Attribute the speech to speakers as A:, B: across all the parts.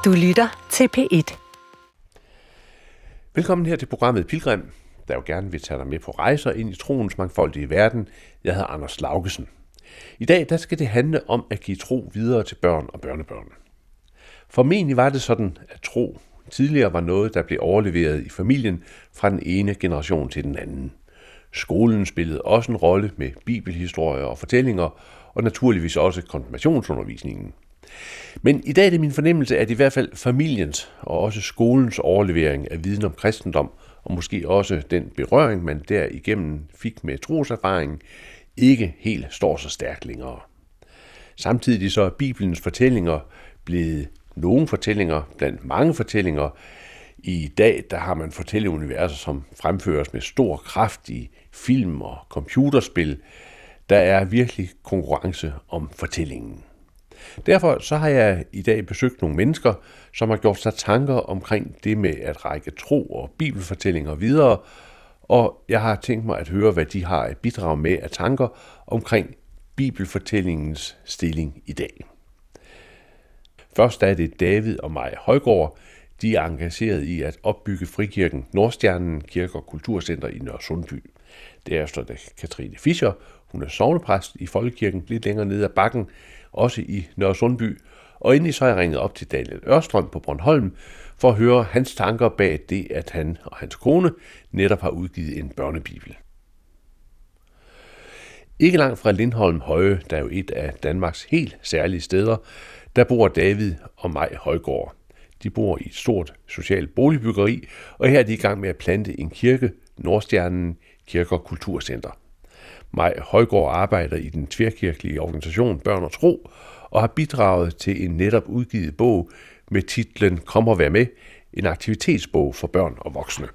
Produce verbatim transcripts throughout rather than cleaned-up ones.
A: Du lytter til P et.
B: Velkommen her til programmet Pilgrim, der jo gerne vil tage dig med på rejser ind i troens mangfoldige verden. Jeg hedder Anders Laugesen. I dag der skal det handle om at give tro videre til børn og børnebørn. Formentlig var det sådan, at tro tidligere var noget, der blev overleveret i familien fra den ene generation til den anden. Skolen spillede også en rolle med bibelhistorier og fortællinger, og naturligvis også konfirmationsundervisningen. Men i dag er det min fornemmelse, at i hvert fald familiens og også skolens overlevering af viden om kristendom, og måske også den berøring, man derigennem fik med troserfaring, ikke helt står så stærkt længere. Samtidig så er Bibelens fortællinger blevet nogle fortællinger blandt mange fortællinger. I dag der har man fortælleuniverser, som fremføres med stor kraft i film og computerspil. Der er virkelig konkurrence om fortællingen. Derfor så har jeg i dag besøgt nogle mennesker, som har gjort sig tanker omkring det med at række tro og bibelfortællinger videre, og jeg har tænkt mig at høre, hvad de har at bidrage med af tanker omkring bibelfortællingens stilling i dag. Først er det David og Maj Højgaard. De er engageret i at opbygge frikirken Nordstjernen Kirke- og Kulturcenter i Nørresundby. Derefter er det Katrine Fischer. Hun er sognepræst i Folkekirken lidt længere nede ad bakken, også i Nørresundby. Og endelig så er jeg ringet op til Daniel Ørstrøm på Bornholm for at høre hans tanker bag det, at han og hans kone netop har udgivet en børnebibel. Ikke langt fra Lindholm Høje, der er jo et af Danmarks helt særlige steder, der bor David og Maj Højgaard. De bor i et stort socialt boligbyggeri, og her er de i gang med at plante en kirke, Nordstjernen Kirke- og Kulturcenter. Maj Højgaard arbejder i den tværkirkelige organisation Børn og Tro, og har bidraget til en netop udgivet bog med titlen Kom og vær med, en aktivitetsbog for børn og voksne.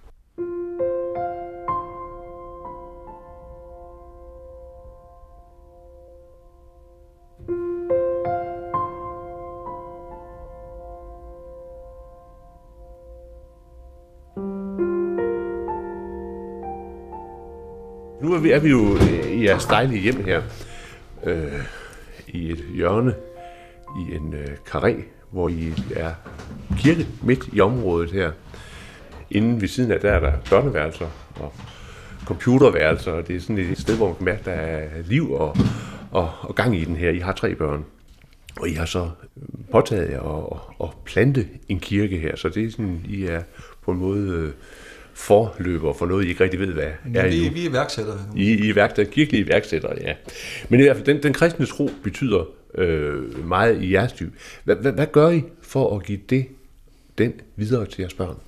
B: Nu er vi, er vi jo i jeres dejlige hjem her, øh, i et hjørne, i en øh, karré, hvor I er kirke midt i området her. Inden ved siden af der er der børneværelser og computerværelser, og det er sådan et sted, hvor man kan mærke, at der er liv og, og, og gang i den her. I har tre børn, og I har så påtaget jer at, at plante en kirke her, så det er sådan, I er på en måde Øh, forløber for noget, I ikke rigtig ved, hvad er
C: vi,
B: endnu.
C: Vi er iværksættere.
B: I, I iværksættere, kirkelige iværksættere, ja. Men i hvert fald, den, den kristne tro betyder øh, meget i jeres liv. Hvad, hvad, hvad gør I for at give det, den videre til jeres børn?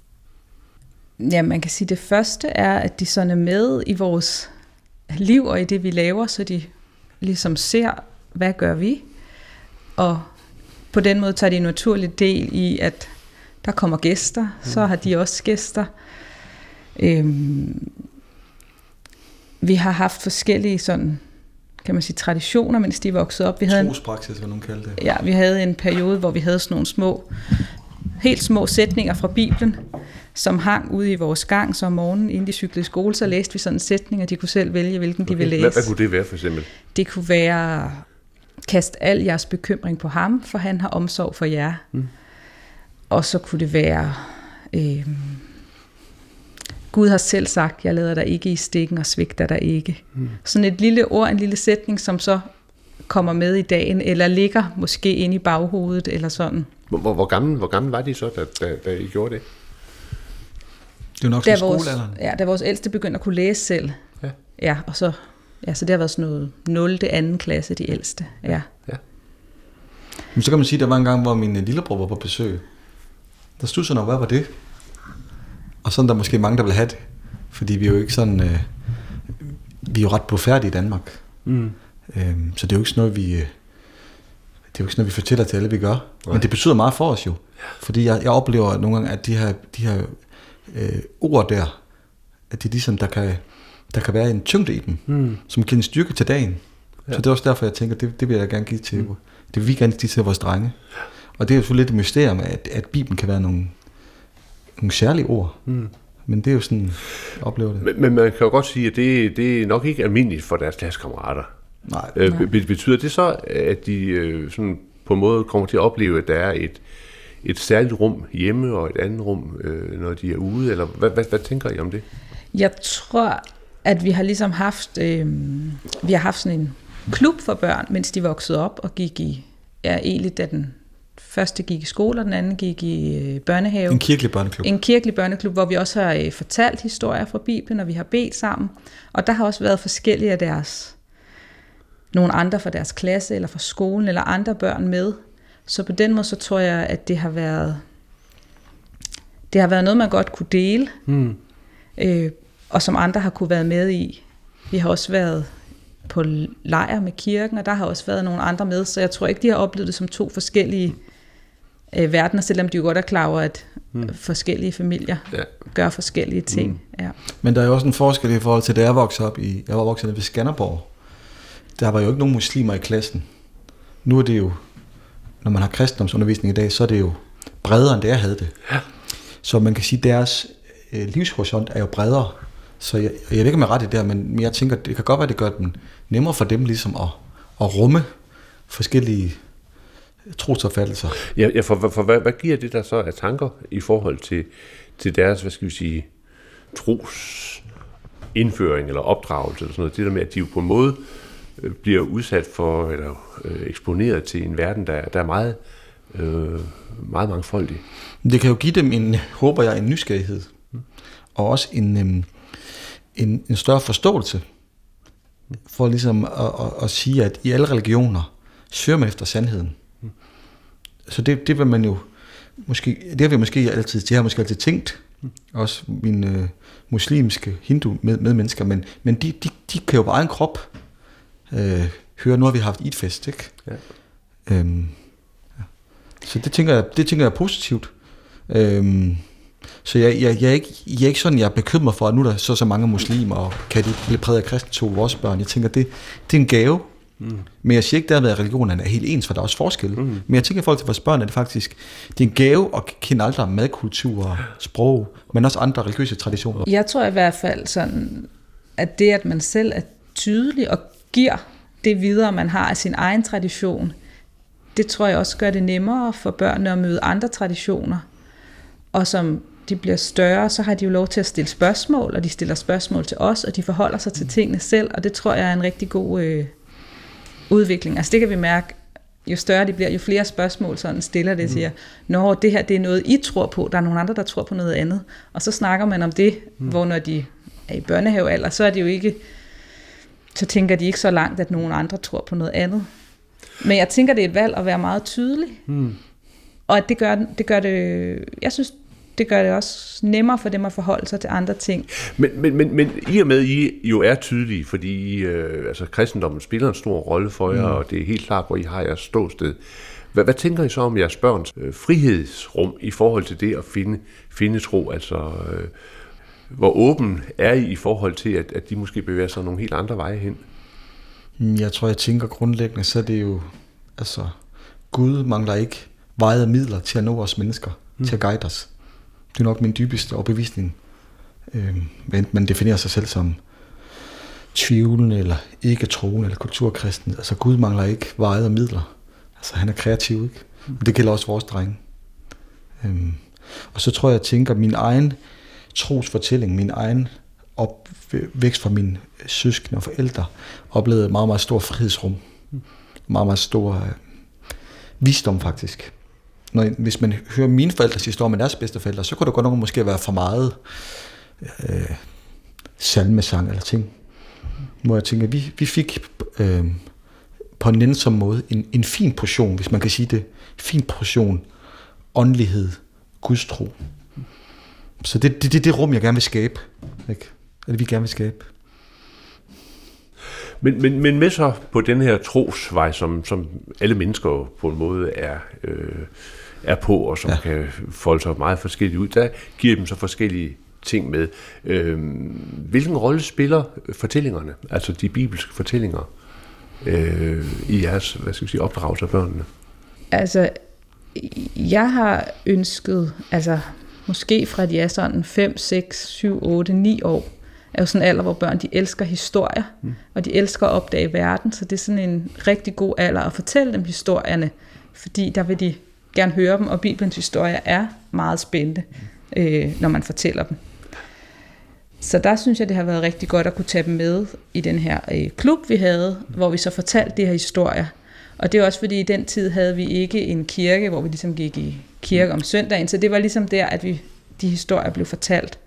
D: Ja, man kan sige, at det første er, at de sådan er med i vores liv og i det, vi laver, så de ligesom ser, hvad gør vi? Og på den måde tager de en naturlig del i, at der kommer gæster, så har de også gæster. Øhm, vi har haft forskellige sådan, kan man sige, traditioner, mens de voksede op. Vi havde
C: Trospraksis, hvad nogen kaldte det.
D: Ja, vi havde en periode, hvor vi havde sådan nogle små, helt små sætninger fra Bibelen, som hang ude i vores gang, så om morgenen, inden de cyklede i skole, så læste vi sådan en sætning, og de kunne selv vælge, hvilken okay. de ville læse.
B: Hvad, hvad kunne det være for eksempel?
D: Det kunne være, kast al jeres bekymring på ham, for han har omsorg for jer. Mm. Og så kunne det være, øh, Gud har selv sagt, jeg lader dig ikke i stikken og svigter dig ikke. Mm. Sådan et lille ord, en lille sætning, som så kommer med i dagen, eller ligger måske inde i baghovedet, eller sådan.
B: Hvor, hvor, gammel, hvor gammel var de så, da, da, da I gjorde det?
C: Det er nok
D: da
C: som
D: vores,
C: skolealderen.
D: Ja, da vores ældste begyndte at kunne læse selv. Ja. Ja, og så, ja, så det har været sådan noget nul til anden klasse, de ældste. Ja.
B: Ja.
C: Men så kan man sige, at der var en gang, hvor min lillebror var på besøg. Der stod sådan, hvad var det? Og sådan der er måske mange, der vil have det. Fordi vi er jo ikke sådan, øh, vi er jo ret blodfærdige i Danmark. Mm. Øhm, så det er jo ikke sådan noget, vi, øh, det er jo ikke sådan noget, vi fortæller til alle, vi gør. Nej. Men det betyder meget for os jo. Fordi jeg, jeg oplever nogle gange, at de her, de her øh, ord der, at det er ligesom, der kan, der kan være en tyngde i dem, mm. som giver en styrke til dagen. Ja. Så det er også derfor, jeg tænker, det, det vil jeg gerne give til, mm. det vil vi gerne give til vores drenge. Og det er jo så lidt et mysterium, at, at Bibelen kan være nogle, nogle særlige ord. Mm. Men det er jo sådan, jeg oplever det.
B: Men, men man kan jo godt sige, at det, det er nok ikke almindeligt for deres klasskammerater.
C: Nej.
B: Øh, betyder det så, at de øh, sådan på en måde kommer til at opleve, at der er et, et særligt rum hjemme og et andet rum, øh, når de er ude, eller hvad, hvad, hvad tænker I om det?
D: Jeg tror, at vi har ligesom haft, øh, vi har haft sådan en klub for børn, mens de voksede op og gik i, ja egentlig da den første gik i skole, og den anden gik i øh, børnehave.
C: En kirkelig børneklub.
D: En kirkelig børneklub, hvor vi også har øh, fortalt historier fra Bibelen, og vi har bedt sammen. Og der har også været forskellige af deres, nogle andre fra deres klasse, eller fra skolen, eller andre børn med. Så på den måde, så tror jeg, at det har været, det har været noget, man godt kunne dele, mm. øh, og som andre har kunne være med i. Vi har også været på lejr med kirken, og der har også været nogle andre med, så jeg tror ikke, de har oplevet det som to forskellige øh, verdener, selvom de jo godt er klar over, at mm. forskellige familier ja. gør forskellige ting. Mm. Ja.
C: Men der er jo også en forskel i forhold til, da jeg voksede op i, jeg var vokset nede ved Skanderborg. Der var jo ikke nogen muslimer i klassen. Nu er det jo, når man har kristendomsundervisning i dag, så er det jo bredere, end det jeg havde det. Ja. Så man kan sige, at deres øh, livshorisont er jo bredere. Så jeg, jeg ved ikke, om jeg er ret i det her, men jeg tænker, det kan godt være, det gør den nemmere for dem ligesom at, at rumme forskellige trosopfattelser.
B: Ja, ja for, for, for hvad, hvad giver det der så af tanker i forhold til, til deres, hvad skal vi sige, trosindføring eller opdragelse eller sådan noget? Det der med, at de jo på en måde bliver udsat for, eller øh, eksponeret til en verden, der, der er meget, øh, meget mangfoldig.
C: Det kan jo give dem en, håber jeg, en nysgerrighed, mm. og også en, øhm, en, en større forståelse, for ligesom at, at, at sige, at i alle religioner søger man efter sandheden. Mm. Så det, det vil man jo, måske, det har vi måske altid, det har måske altid tænkt, mm. også mine øh, muslimske hindu med, med mennesker, men, men de, de, de kan jo på egen krop Øh, høre, nu har vi haft Eid-fest, ikke? Ja. Øhm, ja. Så det tænker jeg, det tænker jeg er positivt. Øhm, så jeg, jeg, jeg, er ikke, jeg er ikke sådan, jeg er bekymret for, at nu er der så så mange muslimer, og kan de blive præget af kristentro vores børn. Jeg tænker, det, det er en gave. Mm. Men jeg siger ikke derved, at religionerne er helt ens, for der er også forskel. Mm. Men jeg tænker i forhold til vores børn, er det faktisk, det er en gave at kende andre madkultur, sprog, men også andre religiøse traditioner.
D: Jeg tror i hvert fald sådan, at det, at man selv er tydelig og giver det videre, man har af sin egen tradition, det tror jeg også gør det nemmere for børnene at møde andre traditioner. Og som de bliver større, så har de jo lov til at stille spørgsmål, og de stiller spørgsmål til os, og de forholder sig til tingene selv, og det tror jeg er en rigtig god øh, udvikling. Altså det kan vi mærke, jo større de bliver, jo flere spørgsmål sådan stiller det, siger, nå, det her det er noget, I tror på, der er nogle andre, der tror på noget andet. Og så snakker man om det, mm. hvor når de er i børnehavealder, så er det jo ikke, så tænker de ikke så langt, at nogen andre tror på noget andet. Men jeg tænker, det er et valg at være meget tydelig. Mm. Og at det gør, det gør det, jeg synes, det gør det også nemmere for dem at forholde sig til andre ting.
B: Men, men, men, men i og med, at I jo er tydelige, fordi øh, altså, kristendommen spiller en stor rolle for jer, mm. og det er helt klart, hvor I har jeres ståsted. Hvad, hvad tænker I så om jeres børns øh, frihedsrum i forhold til det at finde, finde tro? Altså, øh, hvor åben er I i forhold til, at, at de måske bevæger sig nogle helt andre veje hen?
C: Jeg tror, jeg tænker grundlæggende, så er det jo, altså, Gud mangler ikke veje og midler til at nå os mennesker, mm. til at guide os. Det er nok min dybeste overbevisning. Øh, man definerer sig selv som tvivlende, eller ikke troende, eller kulturkristen. Altså Gud mangler ikke veje og midler. Altså han er kreativ, ikke? Og det gælder også vores drenge. Øh, og så tror jeg, jeg tænker, min egen trosfortælling, min egen opvækst fra mine søskende og forældre, oplevede et meget, meget stor frihedsrum. Meget, meget stor øh, visdom faktisk. Når, hvis man hører mine forældres historie med deres bedsteforældre, så kunne det godt nok måske være for meget øh, salmesang eller ting. Hvor jeg tænker, vi, vi fik øh, på en nænsom måde en, en fin portion, hvis man kan sige det, fin portion åndelighed, gudstro. Så det er det, det, det rum, jeg gerne vil skabe. Ikke? Eller vi gerne vil skabe.
B: Men, men, men med så på den her trosvej, som, som alle mennesker på en måde er, øh, er på, og som ja. kan folde sig meget forskelligt ud, der giver dem så forskellige ting med. Øh, hvilken rolle spiller fortællingerne, altså de bibelske fortællinger, øh, i jeres, hvad skal jeg sige, opdragelse af børnene?
D: Altså, jeg har ønsket, altså måske fra de er sådan fem, seks, syv, otte, ni år, er jo sådan en alder, hvor børn de elsker historier, mm. og de elsker at opdage verden, så det er sådan en rigtig god alder at fortælle dem historierne, fordi der vil de gerne høre dem, og Bibelens historier er meget spændende, øh, når man fortæller dem. Så der synes jeg, det har været rigtig godt at kunne tage dem med i den her øh, klub, vi havde, hvor vi så fortalte de her historier. Og det er også fordi, i den tid havde vi ikke en kirke, hvor vi ligesom gik i kirke om søndagen, så det var ligesom der, at vi, de historier blev fortalt.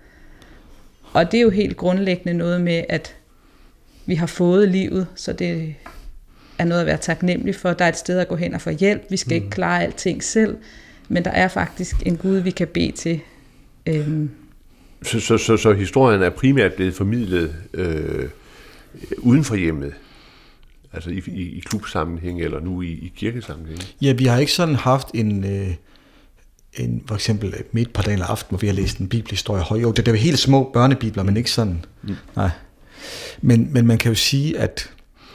D: Og det er jo helt grundlæggende noget med, at vi har fået livet, så det er noget at være taknemmelig for. Der er et sted at gå hen og få hjælp. Vi skal mm. ikke klare alting selv, men der er faktisk en Gud, vi kan bede til. Øhm.
B: Så, så, så, så historien er primært blevet formidlet øh, uden for hjemmet? Altså i, i, i klubsammenhæng, eller nu i, i kirkesammenhæng?
C: Ja, vi har ikke sådan haft en, øh, en for eksempel midt på dagen eller aften, hvor vi har læst en bibelhistorie høj. Jo, det, det var helt små børnebibler, men ikke sådan. Mm. Nej. Men, men man kan jo sige, at,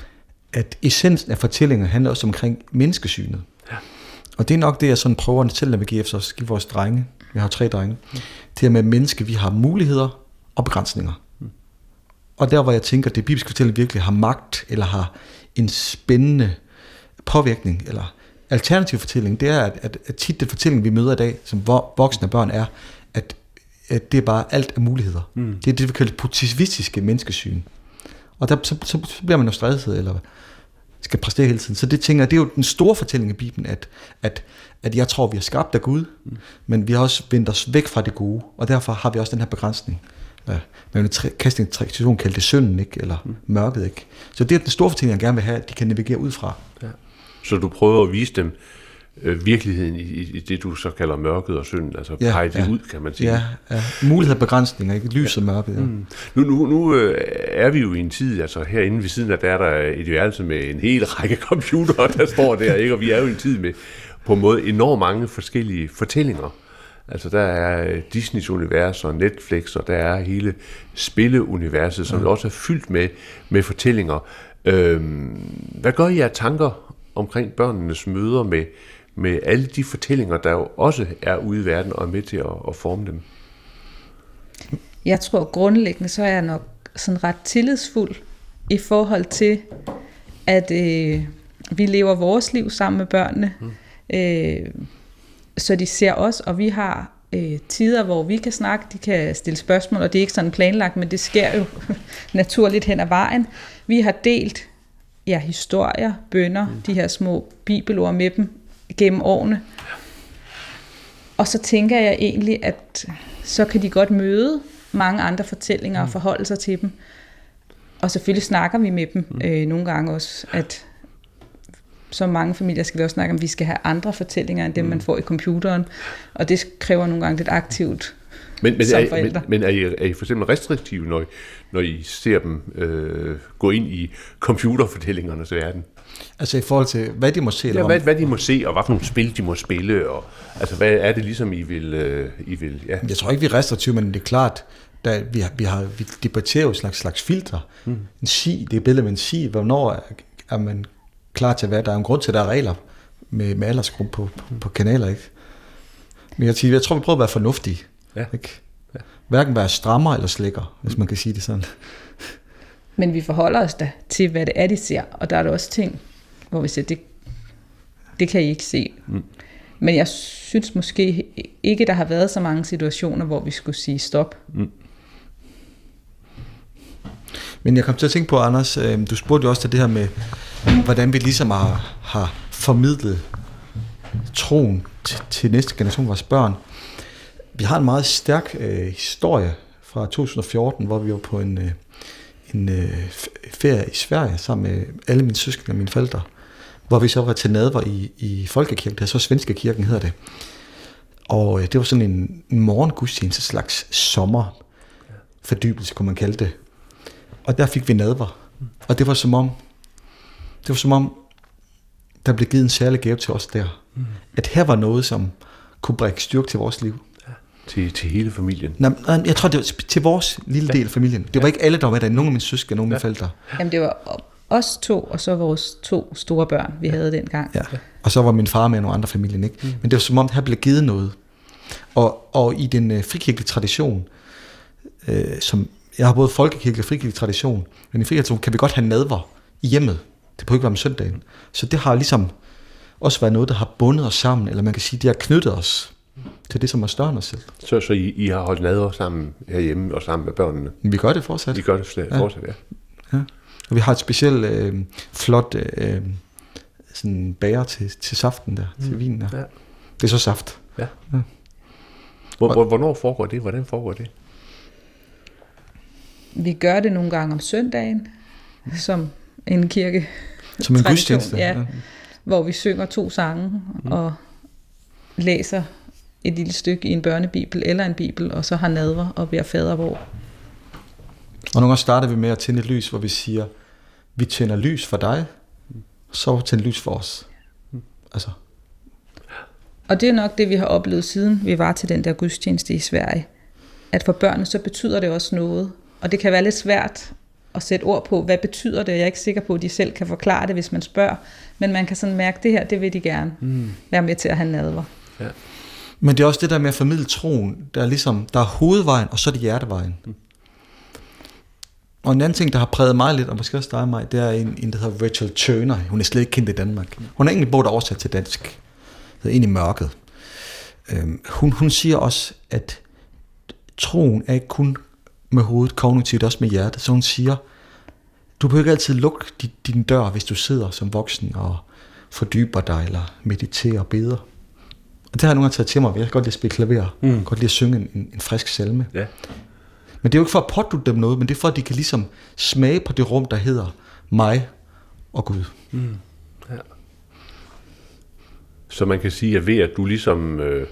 C: at essensen af fortællingen handler også omkring menneskesynet. Ja. Og det er nok det, jeg sådan prøver at navigere efter os, give vores drenge. Vi har tre drenge. Mm. Det her med menneske, vi har muligheder og begrænsninger. Mm. Og der, hvor jeg tænker, at det bibelske fortælling virkelig har magt, eller har en spændende påvirkning, eller alternativ fortælling, det er, at, at, at tit det fortælling, vi møder i dag, som voksne børn er, at, at det er bare alt af muligheder. Mm. Det er det, vi kalder positivistiske menneskesyn. Og der, så, så, så bliver man jo stresset, eller skal præstere hele tiden. Så det tænker jeg, det er jo den store fortælling i Bibelen, at, at, at jeg tror, vi er skabt af Gud, mm. men vi har også vendt os væk fra det gode, og derfor har vi også den her begrænsning. Ja, man vil kaste en tradition, kalde det synden, ikke? Eller mm. mørket, ikke? Så det er den store fortælling, jeg gerne vil have, at de kan navigere ud fra. Ja.
B: Så du prøver at vise dem øh, virkeligheden i, i det, du så kalder mørket og synden, altså ja, pege det ja. ud, kan man sige.
C: Ja, ja. Mulighed og begrænsninger, ikke? Lys og mørket, ja. Mm.
B: Nu, nu, nu øh, er vi jo i en tid, altså herinde ved siden af, der er der et værelse med en hel række computere, der står der, ikke? Og vi er jo i en tid med på en måde enormt mange forskellige fortællinger. Altså der er Disneys univers og Netflix, og der er hele spilleuniverset, som mm. også er fyldt med, med fortællinger. Øhm, hvad gør I af tanker omkring børnenes møder med, med alle de fortællinger, der jo også er ude i verden og er med til at, at forme dem?
D: Jeg tror grundlæggende, så er jeg nok sådan ret tillidsfuld i forhold til, at øh, vi lever vores liv sammen med børnene. Mm. Øh, Så de ser os, og vi har øh, tider, hvor vi kan snakke, de kan stille spørgsmål, og det er ikke sådan planlagt, men det sker jo naturligt hen ad vejen. Vi har delt ja, historier, bønner, mm. de her små bibelord med dem gennem årene. Og så tænker jeg egentlig, at så kan de godt møde mange andre fortællinger mm. og forholde sig til dem. Og selvfølgelig snakker vi med dem øh, nogle gange også, at som mange familier skal vi også snakke om, at vi skal have andre fortællinger, end dem, mm. man får i computeren. Og det kræver nogle gange lidt aktivt
B: men, men
D: som
B: er,
D: forældre.
B: Men, men er, I, er I for eksempel restriktive, når I, når I ser dem øh, gå ind i computerfortællingernes verden?
C: Altså i forhold til, hvad de må se?
B: Ja, hvad, hvad de må se, og hvad for nogle spil de må spille. Og, altså, hvad er det ligesom, I vil... Øh, I vil ja.
C: Jeg tror ikke, vi er restriktive, men det er klart, da vi, har, vi, har, vi debatterer jo en slags, slags filtre. Mm. En si, det er billede med en si. Hvornår er, er man klar til hvad? Der er en grund til, at der er regler med, med aldersgruppe på, på, på kanaler, ikke? Men jeg, jeg tror, vi prøver at være fornuftige. Ja. Ikke? Ja. Hverken være strammer eller slækker, hvis man kan sige det sådan.
D: Men vi forholder os da til, hvad det er, de ser. Og der er der også ting, hvor vi siger, det, det kan I ikke se. Mm. Men jeg synes måske ikke, der har været så mange situationer, hvor vi skulle sige stop. Mm.
C: Men jeg kom til at tænke på, Anders, du spurgte jo også til det her med, hvordan vi ligesom har, har formidlet troen til, til næste generation af vores børn. Vi har en meget stærk øh, historie fra to tusind og fjorten, hvor vi var på en, øh, en øh, ferie i Sverige sammen med alle mine søskende og mine forældre, hvor vi så var til nadver i, i Folkekirken, der så Svenska kirken hedder det. Og øh, det var sådan en, en morgengudstjeneste, slags sommerfordybelse, kunne man kalde det. Og der fik vi nadver. Og det var som om, det var som om, der blev givet en særlig gave til os der. Mm. At her var noget, som kunne brække styrke til vores liv.
B: Ja. Til, til hele familien?
C: Nej, jeg tror, det var til vores lille del af familien. Det var ja. ikke alle, der var der. Nogle af mine søskende, nogle af mine forældre.
D: Jamen, det var os to, og så vores to store børn, vi ja. havde dengang.
C: Ja. Og så var min far med nogle andre familien, ikke? Mm. Men det var som om, her blev givet noget. Og, og i den øh, frikirkelige tradition, øh, som jeg har både folkekirkelig og frikirkelig tradition, men i frikirkelig tradition kan vi godt have nadver i hjemmet. Det behøver ikke være om søndagen. Så det har ligesom, også være noget, der har bundet os sammen, eller man kan sige, det har knyttet os til det, som er større end os selv.
B: Så, så I, I har holdt nadver sammen herhjemme og sammen med børnene?
C: Vi gør det fortsat.
B: Vi gør det slet, ja. fortsat, ja.
C: ja. Og vi har et specielt øh, flot øh, sådan bager til, til saften der, mm. til vinen der. Ja. Det er så saft.
B: Ja. ja. Hvor, hvornår foregår det? Hvordan foregår det?
D: Vi gør det nogle gange om søndagen, som en kirke.
C: Som en gudstjeneste.
D: Ja, ja. Hvor vi synger to sange mm. og læser et lille stykke i en børnebibel eller en bibel, og så har nadver og beder fader vor.
C: Og nogle gange starter vi med at tænde et lys, hvor vi siger, vi tænder lys for dig, så tænder lys for os. Altså.
D: Og det er nok det, vi har oplevet, siden vi var til den der gudstjeneste i Sverige. At for børnene, så betyder det også noget. Og det kan være lidt svært at sætte ord på, hvad betyder det. Jeg er ikke sikker på, at de selv kan forklare det, hvis man spørger. Men man kan sådan mærke, at det her, det vil de gerne mm. være med til at have nadver. Ja.
C: Men det er også det der med at formidle troen. Der er ligesom, der er hovedvejen, og så er det hjertevejen. Mm. Og en anden ting, der har præget mig lidt, og måske også dig og mig, det er en, en der hedder Rachel Turner. Hun er slet ikke kendt i Danmark. Hun er egentlig både oversat til dansk. Det er ind i mørket. Øhm, hun, hun siger også, at troen er ikke kun med hovedet, kognitivt, også med hjertet. Så hun siger, du behøver ikke altid lukke din, din dør, hvis du sidder som voksen og fordyber dig, eller mediterer og beder. Og det har jeg nogle gange taget til mig. Jeg kan godt lide at spille klaver. Mm. Jeg kan godt lide at synge en, en frisk salme. Ja. Men det er jo ikke for at pådutte dem noget, men det er for, at de kan ligesom smage på det rum, der hedder mig og Gud. Mm. Ja.
B: Så man kan sige, at ved at du ligesom øh,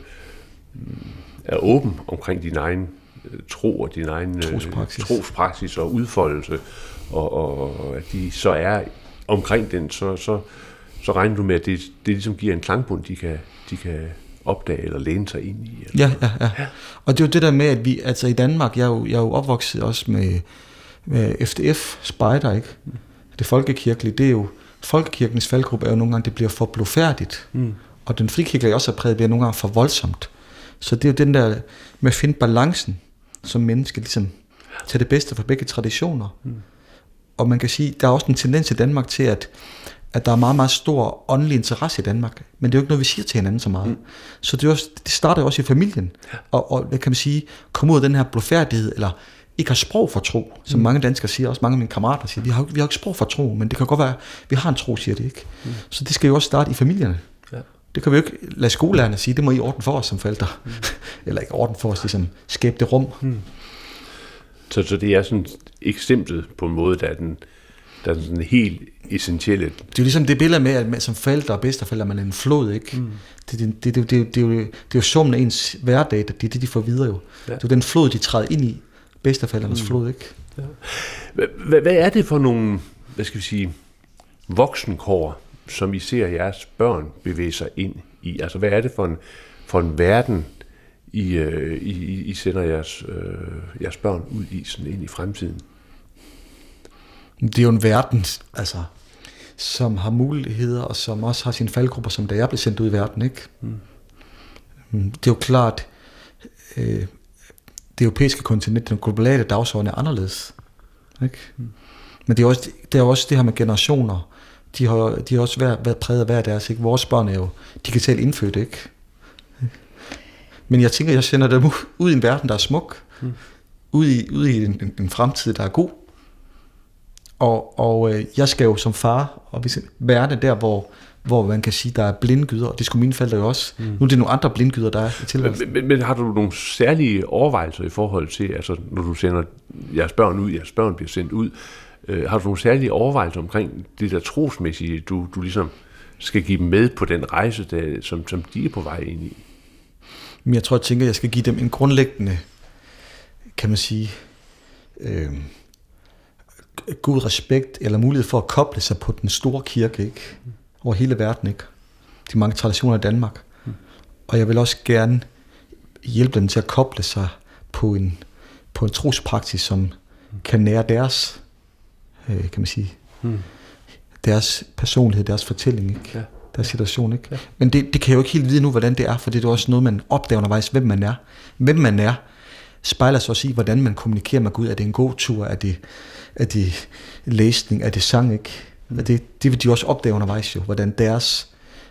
B: er åben omkring din egen øh, tro og din egen
C: trospraksis,
B: øh, trospraksis og udfoldelse, og, og, og at de så er omkring den, så, så, så regner du med, at det, det ligesom giver en klangbund, de kan, de kan opdage eller læne sig ind i. Eller?
C: Ja, ja, ja, ja. Og det er jo det der med, at vi, altså i Danmark, jeg er jo, jeg er jo opvokset også med, med F D F, spejder, ikke? Mm. Det folkekirkelige, det er jo, folkekirkens faldgruppe er jo nogle gange, det bliver for blodfærdigt. Mm. Og den frikirkelige også er præget, bliver nogle gange for voldsomt. Så det er jo den der med at finde balancen som menneske, ligesom tage det bedste fra begge traditioner. Mm. Og man kan sige, der er også en tendens i Danmark til, at, at der er meget, meget stor åndelig interesse i Danmark. Men det er jo ikke noget, vi siger til hinanden så meget. Mm. Så det, er også, det starter jo også i familien. Ja. Og, og hvad kan man sige, komme ud af den her blodfærdighed, eller ikke har sprog for tro, som mm. mange danskere siger, også mange af mine kammerater siger, vi har, vi har ikke sprog for tro, men det kan godt være, vi har en tro, siger det ikke. Mm. Så det skal jo også starte i familierne. Ja. Det kan vi jo ikke lade skolelærerne sige, det må I orden for os som forældre. Mm. Eller ikke orden for os, ligesom skabe det rum. Mm.
B: Så, så det er sådan eksemplet på en måde, der er den, der er den sådan helt essentielle.
C: Det er jo ligesom det billede med, at man, som forældre og bedsteforældre, man er en flod, ikke? Mm. Det, det, det, det, det, det, er jo, det er jo summen af ens hverdag, det er det, de får videre jo. Ja. Det er jo den flod, de træder ind i, bedsteforældrenes mm. flod, ikke?
B: Ja. Hvad, hvad er det for nogle, hvad skal vi sige, voksenkår, som I ser jeres børn bevæge sig ind i? Altså, hvad er det for en, for en verden, I, øh, I, I sender jeres, øh, jeres børn ud i, sådan ind i fremtiden?
C: Det er jo en verden, altså, som har muligheder, og som også har sine faldgrupper, som da jeg blev sendt ud i verden, ikke? Mm. Det er jo klart, øh, det europæiske kontinent, den globale dagsorden er anderledes, ikke? Mm. Men det er, også, det er også det her med generationer. De har, de har også været, været præget af hver deres, ikke? Vores børn er jo digitalt indfødt, ikke? Men jeg tænker, jeg sender dem ud i en verden, der er smuk. Mm. Ud i, ud i en, en, en fremtid, der er god. Og, og øh, jeg skal jo som far og være der, hvor, hvor man kan sige, der er blindgyder, og det skulle mine forældre jo også. Mm. Nu er det nogle andre blindgyder, der er i tilværelsen.
B: Men, men, men har du nogle særlige overvejelser i forhold til, altså når du sender jeres børn ud, jeres børn bliver sendt ud, øh, har du nogle særlige overvejelser omkring det der trosmæssige, du, du ligesom skal give dem med på den rejse, der, som, som de er på vej ind i?
C: Men jeg tror, jeg tænker, at jeg skal give dem en grundlæggende, kan man sige, øh, god respekt, eller mulighed for at koble sig på den store kirke, ikke? Over hele verden, ikke? De mange traditioner i Danmark. Mm. Og jeg vil også gerne hjælpe dem til at koble sig på en, på en trospraksis, som mm. kan nære deres, øh, kan man sige, mm. deres personlighed, deres fortælling, ikke? Ja. Deres situation, ikke? Ja. Men det, det kan jeg jo ikke helt vide nu, hvordan det er, for det er også noget, man opdager undervejs, hvem man er. Hvem man er, spejler sig også i, hvordan man kommunikerer med Gud. Er det en god tur? Er det, er det læsning? Er det sang, ikke? Mm. Det, det vil de også opdage undervejs jo, hvordan deres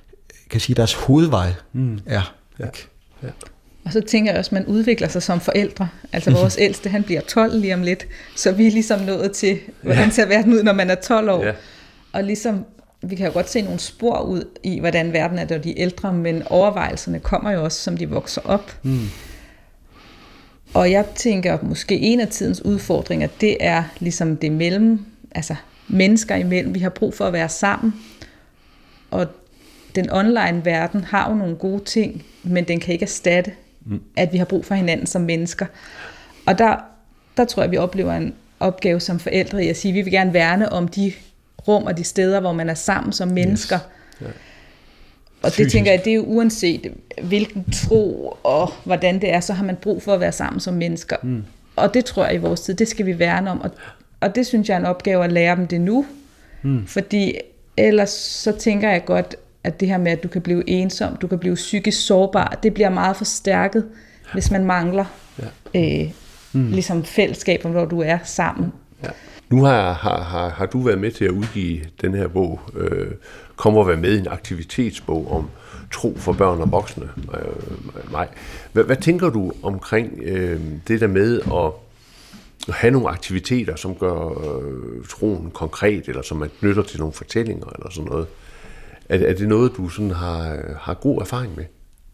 C: kan sige, deres hovedvej
B: Mm.
C: er.
B: Ja.
C: Ikke?
B: Ja.
D: Og så tænker jeg også, at man udvikler sig som forældre. Altså vores ældste, han bliver tolv lige om lidt, så vi er ligesom nået til, hvordan ser verden ud, når man er tolv år.
B: Ja.
D: Og ligesom, vi kan jo godt se nogle spor ud i, hvordan verden er, når de er ældre, men overvejelserne kommer jo også, som de vokser op.
B: Mm.
D: Og jeg tænker, måske en af tidens udfordringer, det er ligesom det mellem, altså mennesker imellem. Vi har brug for at være sammen, og den online verden har jo nogle gode ting, men den kan ikke erstatte, mm. at vi har brug for hinanden som mennesker. Og der, der tror jeg, vi oplever en opgave som forældre i at sige, at vi vil gerne værne om de rum og de steder, hvor man er sammen som mennesker. Yes. Yeah. Og det tænker jeg, det er jo uanset hvilken tro og hvordan det er, så har man brug for at være sammen som mennesker. Mm. Og det tror jeg i vores tid, det skal vi værne om. Og, og det synes jeg er en opgave at lære dem det nu. Mm. Fordi ellers så tænker jeg godt, at det her med, at du kan blive ensom, du kan blive psykisk sårbar, det bliver meget forstærket, hvis man mangler ja. øh, mm. ligesom fællesskaber, hvor du er sammen.
B: Ja. Nu har, har, har, har du været med til at udgive den her bog, øh, kommer at være med i en aktivitetsbog om tro for børn og voksne. Øh, mig. Hvad, hvad tænker du omkring øh, det der med at, at have nogle aktiviteter, som gør øh, troen konkret, eller som man knytter til nogle fortællinger, eller sådan noget? Er, er det noget, du sådan har, har god erfaring med?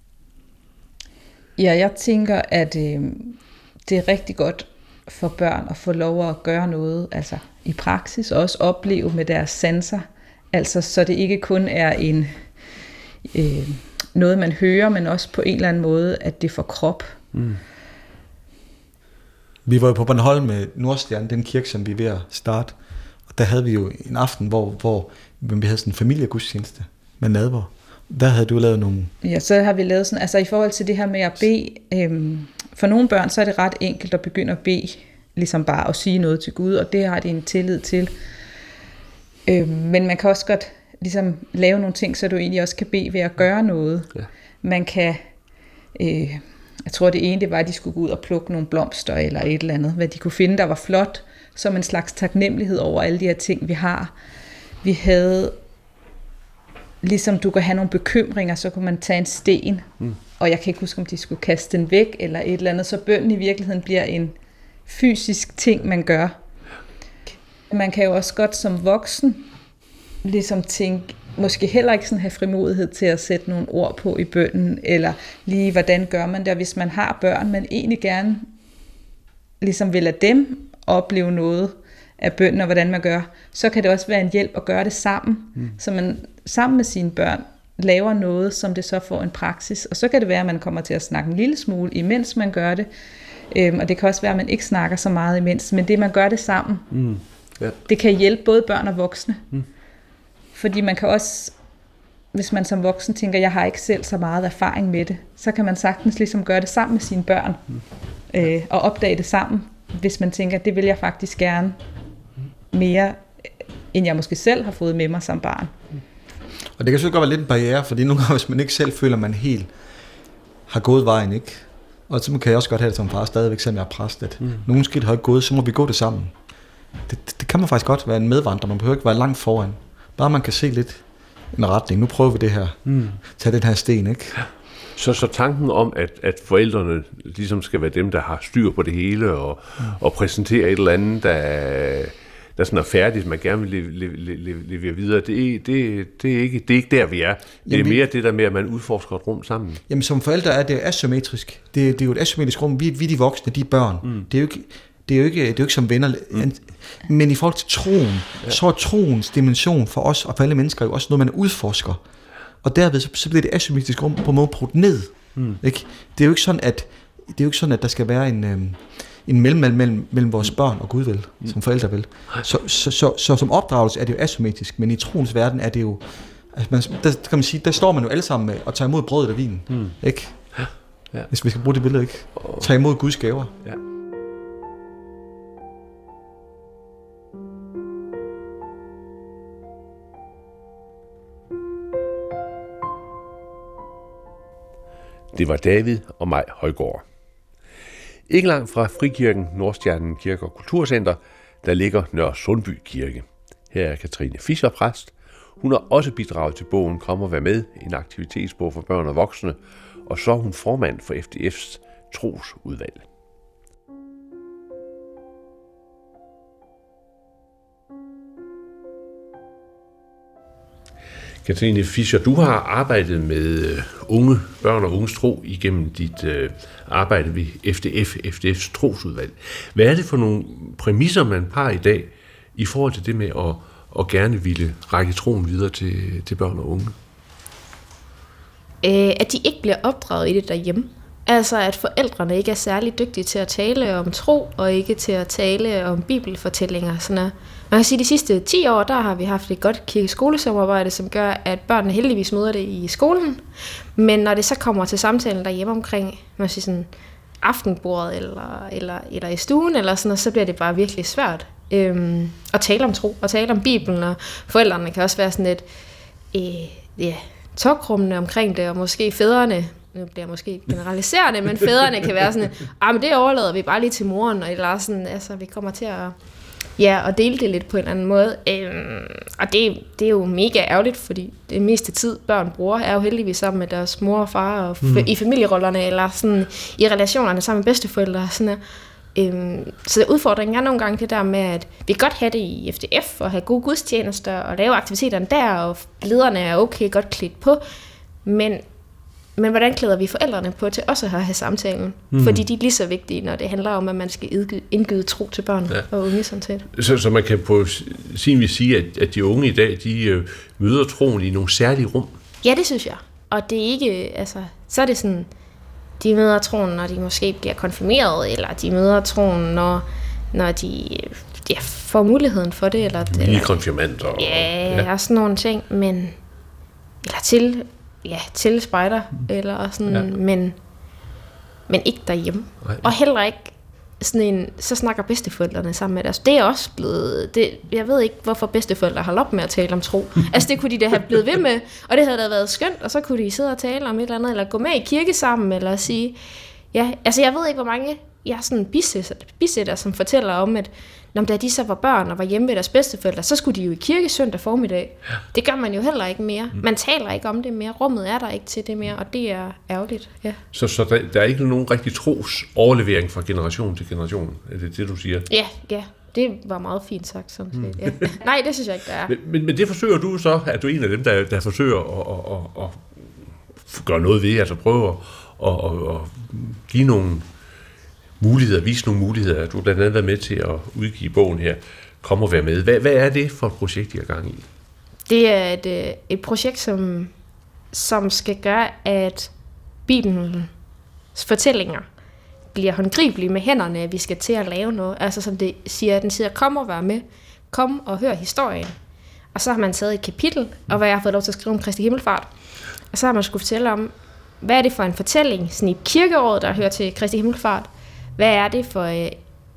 D: Ja, jeg tænker, at øh, det er rigtig godt for børn at få lov at gøre noget, altså i praksis, og også opleve med deres sanser, altså så det ikke kun er en øh, noget, man hører, men også på en eller anden måde, at det får krop. Mm.
C: Vi var jo på Bornholm med Nordstjerne, den kirke, som vi er ved at starte, og der havde vi jo en aften, hvor, hvor vi havde sådan en familiegudstjeneste med nadver. Der havde du lavet nogle...
D: Ja, så har vi lavet sådan, altså i forhold til det her med at bede, øhm, for nogle børn, så er det ret enkelt at begynde at bede, ligesom bare at sige noget til Gud, og det har de en tillid til. Øhm, men man kan også godt ligesom lave nogle ting, så du egentlig også kan bede ved at gøre noget. Ja. Man kan, øh, jeg tror det ene, det var, at de skulle gå ud og plukke nogle blomster eller et eller andet, hvad de kunne finde, der var flot, som en slags taknemmelighed over alle de her ting, vi har. Vi havde, ligesom du kan have nogle bekymringer, så kunne man tage en sten, mm. og jeg kan ikke huske, om de skulle kaste den væk, eller et eller andet, så bønnen i virkeligheden bliver en fysisk ting, man gør. Man kan jo også godt som voksen, ligesom tænke, måske heller ikke sådan have frimodighed til at sætte nogle ord på i bønnen, eller lige, hvordan gør man det, og hvis man har børn, man egentlig gerne ligesom vil lade dem opleve noget af bønnen, og hvordan man gør, så kan det også være en hjælp at gøre det sammen, mm. så man sammen med sine børn laver noget, som det så får en praksis, og så kan det være, at man kommer til at snakke en lille smule, imens man gør det, øhm, og det kan også være, at man ikke snakker så meget imens, men det, man gør det sammen, mm. ja. det kan hjælpe både børn og voksne, mm. fordi man kan også, hvis man som voksen tænker, jeg har ikke selv så meget erfaring med det, så kan man sagtens ligesom gøre det sammen med sine børn, mm. øh, og opdage det sammen, hvis man tænker, det vil jeg faktisk gerne mere, end jeg måske selv har fået med mig som barn.
C: Og det kan selvfølgelig godt være lidt en barriere, fordi nogle gange, hvis man ikke selv føler, at man helt har gået vejen, ikke? Og så kan jeg også godt have det som far stadigvæk, selvom jeg er præst, at mm. nogle skridt har ikke gået, så må vi gå det sammen. Det, det, det kan man faktisk godt være en medvandrer, man behøver ikke være langt foran. Bare man kan se lidt en retning, nu prøver vi det her, mm. tag den her sten, ikke?
B: Så, så tanken om, at, at forældrene ligesom skal være dem, der har styr på det hele, og, mm. og præsentere et eller andet, der, der sådan er færdigt, man gerne vil levere le, le, le, videre, det, det, det, er ikke, det er ikke der, vi er. Det Jamen, er mere det der med, at man udforsker et rum sammen.
C: Jamen som forældre er det asymmetrisk. Det, det er jo et asymmetrisk rum. Vi, vi er de voksne, de er børn. Mm. Det er jo ikke... Det er, jo ikke, det er jo ikke som venner, mm. men i forhold til troen, ja. så er troens dimension for os og for alle mennesker jo også noget, man udforsker. Og derved så, så bliver det asymmetrisk rum på en måde brudt ned. Mm. Ikke? Det er jo ikke sådan, at det er jo ikke sådan, at der skal være en, øhm, en mellemmand mellem, mellem vores børn og Gud vel, mm. som forældre vil. Så, så, så, så som opdragelse er det jo asymmetrisk, men i troens verden er det jo, altså man, der kan man sige, der står man jo alle sammen med og tager imod brødet og vinen, mm. ikke? Ja. Hvis vi skal bruge det billede, ikke? Tager imod Guds gaver. Ja.
B: Det var David og mig, Højgaard. Ikke langt fra Frikirken, Nordstjernen Kirke og Kulturcenter, der ligger Nørresundby Kirke. Her er Katrine Fischer præst. Hun har også bidraget til bogen Kom og vær med, en aktivitetsbog for børn og voksne, og så er hun formand for F D F's trosudvalg. Katrine Fischer, du har arbejdet med unge børn og unges tro igennem dit øh, arbejde ved F D F, F D F's trosudvalg. Hvad er det for nogle præmisser, man har i dag i forhold til det med at, at gerne ville række troen videre til, til børn og unge?
A: Øh, at de ikke bliver opdraget i det derhjemme. Altså at forældrene ikke er særlig dygtige til at tale om tro, og ikke til at tale om bibelfortællinger. Sådan noget. Man kan sige, at de sidste ti år, der har vi haft et godt kirke-skolesamarbejde, som gør, at børnene heldigvis møder det i skolen. Men når det så kommer til samtalen derhjemme omkring, man siger sådan, aftenbordet eller, eller, eller i stuen, eller sådan noget, så bliver det bare virkelig svært øhm, at tale om tro, og tale om Bibelen. Og forældrene kan også være sådan lidt øh, ja, tokrummende omkring det, og måske fædrene, nu bliver jeg måske generaliserende, men fædrene kan være sådan, ah, men det overlader vi bare lige til moren, og eller sådan, altså, vi kommer til at, ja, at dele det lidt på en eller anden måde. Øhm, og det, det er jo mega ærgerligt, fordi det meste tid, børn bruger, er jo heldigvis sammen med deres mor og far, og f- mm. i familierollerne, eller sådan i relationerne sammen med bedsteforældre. Sådan øhm, så udfordringen er nogle gange det der med, at vi kan godt have det i F D F, og have gode gudstjenester, og lave aktiviteterne der, og lederne er okay godt klædt på, men Men hvordan klæder vi forældrene på til også at have samtalen? Mm. Fordi de er lige så vigtige, når det handler om, at man skal indgyde, indgyde tro til børn ja. og unge sådan set.
B: Så, så man kan på sin vis sige, at, at de unge i dag, de øh, møder troen i nogle særlige rum?
A: Ja, det synes jeg. Og det er ikke, altså, så er det sådan, de møder troen, når de måske bliver konfirmeret, eller de møder troen, når, når de ja, får muligheden for det. Eller,
B: Nye konfirmander.
A: Ja, ja, og sådan nogle ting, men eller til... Ja, til spejder, eller sådan, ja. men, men ikke derhjemme. Nej. Og heller ikke sådan en, så snakker bedsteforældrene sammen med deres. Det er også blevet, det, jeg ved ikke, hvorfor bedsteforældre har lov med at tale om tro. Altså det kunne de da have blevet ved med, og det havde da været skønt, og så kunne de sidde og tale om et eller andet, eller gå med i kirke sammen, eller sige, ja, altså jeg ved ikke, hvor mange, jeg er sådan bisætter, bisætter, som fortæller om, at når da de så var børn og var hjemme ved deres bedsteforældre, så skulle de jo i kirke søndag formiddag. Ja. Det gør man jo heller ikke mere. Mm. Man taler ikke om det mere. Rummet er der ikke til det mere, og det er ærgerligt. Ja.
B: Så, så der, der er ikke nogen rigtig tros overlevering fra generation til generation? Er det det, du siger?
A: Ja, ja. Det var meget fint sagt, sådan set. Ja. Nej, det synes jeg ikke, der er.
B: Men, men, men det forsøger du så, at du er en af dem, der, der forsøger at, at, at, at gøre noget ved, altså prøve at, at, at give nogle muligheder, vise nogle muligheder. Du har blandt andet været med til at udgive bogen her, Kom og vær med. Hvad, hvad er det for et projekt, I er gang i?
A: Det er et, et projekt, som, som skal gøre, at Bibelens fortællinger bliver håndgribelige med hænderne, at vi skal til at lave noget. Altså som det siger, den siger, kom og vær med. Kom og hør historien. Og så har man taget et kapitel, og hvad jeg har fået lov til at skrive om Kristi Himmelfart. Og så har man skulle fortælle om, hvad er det for en fortælling, sådan i kirkeåret, der hører til Kristi Himmelfart. Hvad er det for øh,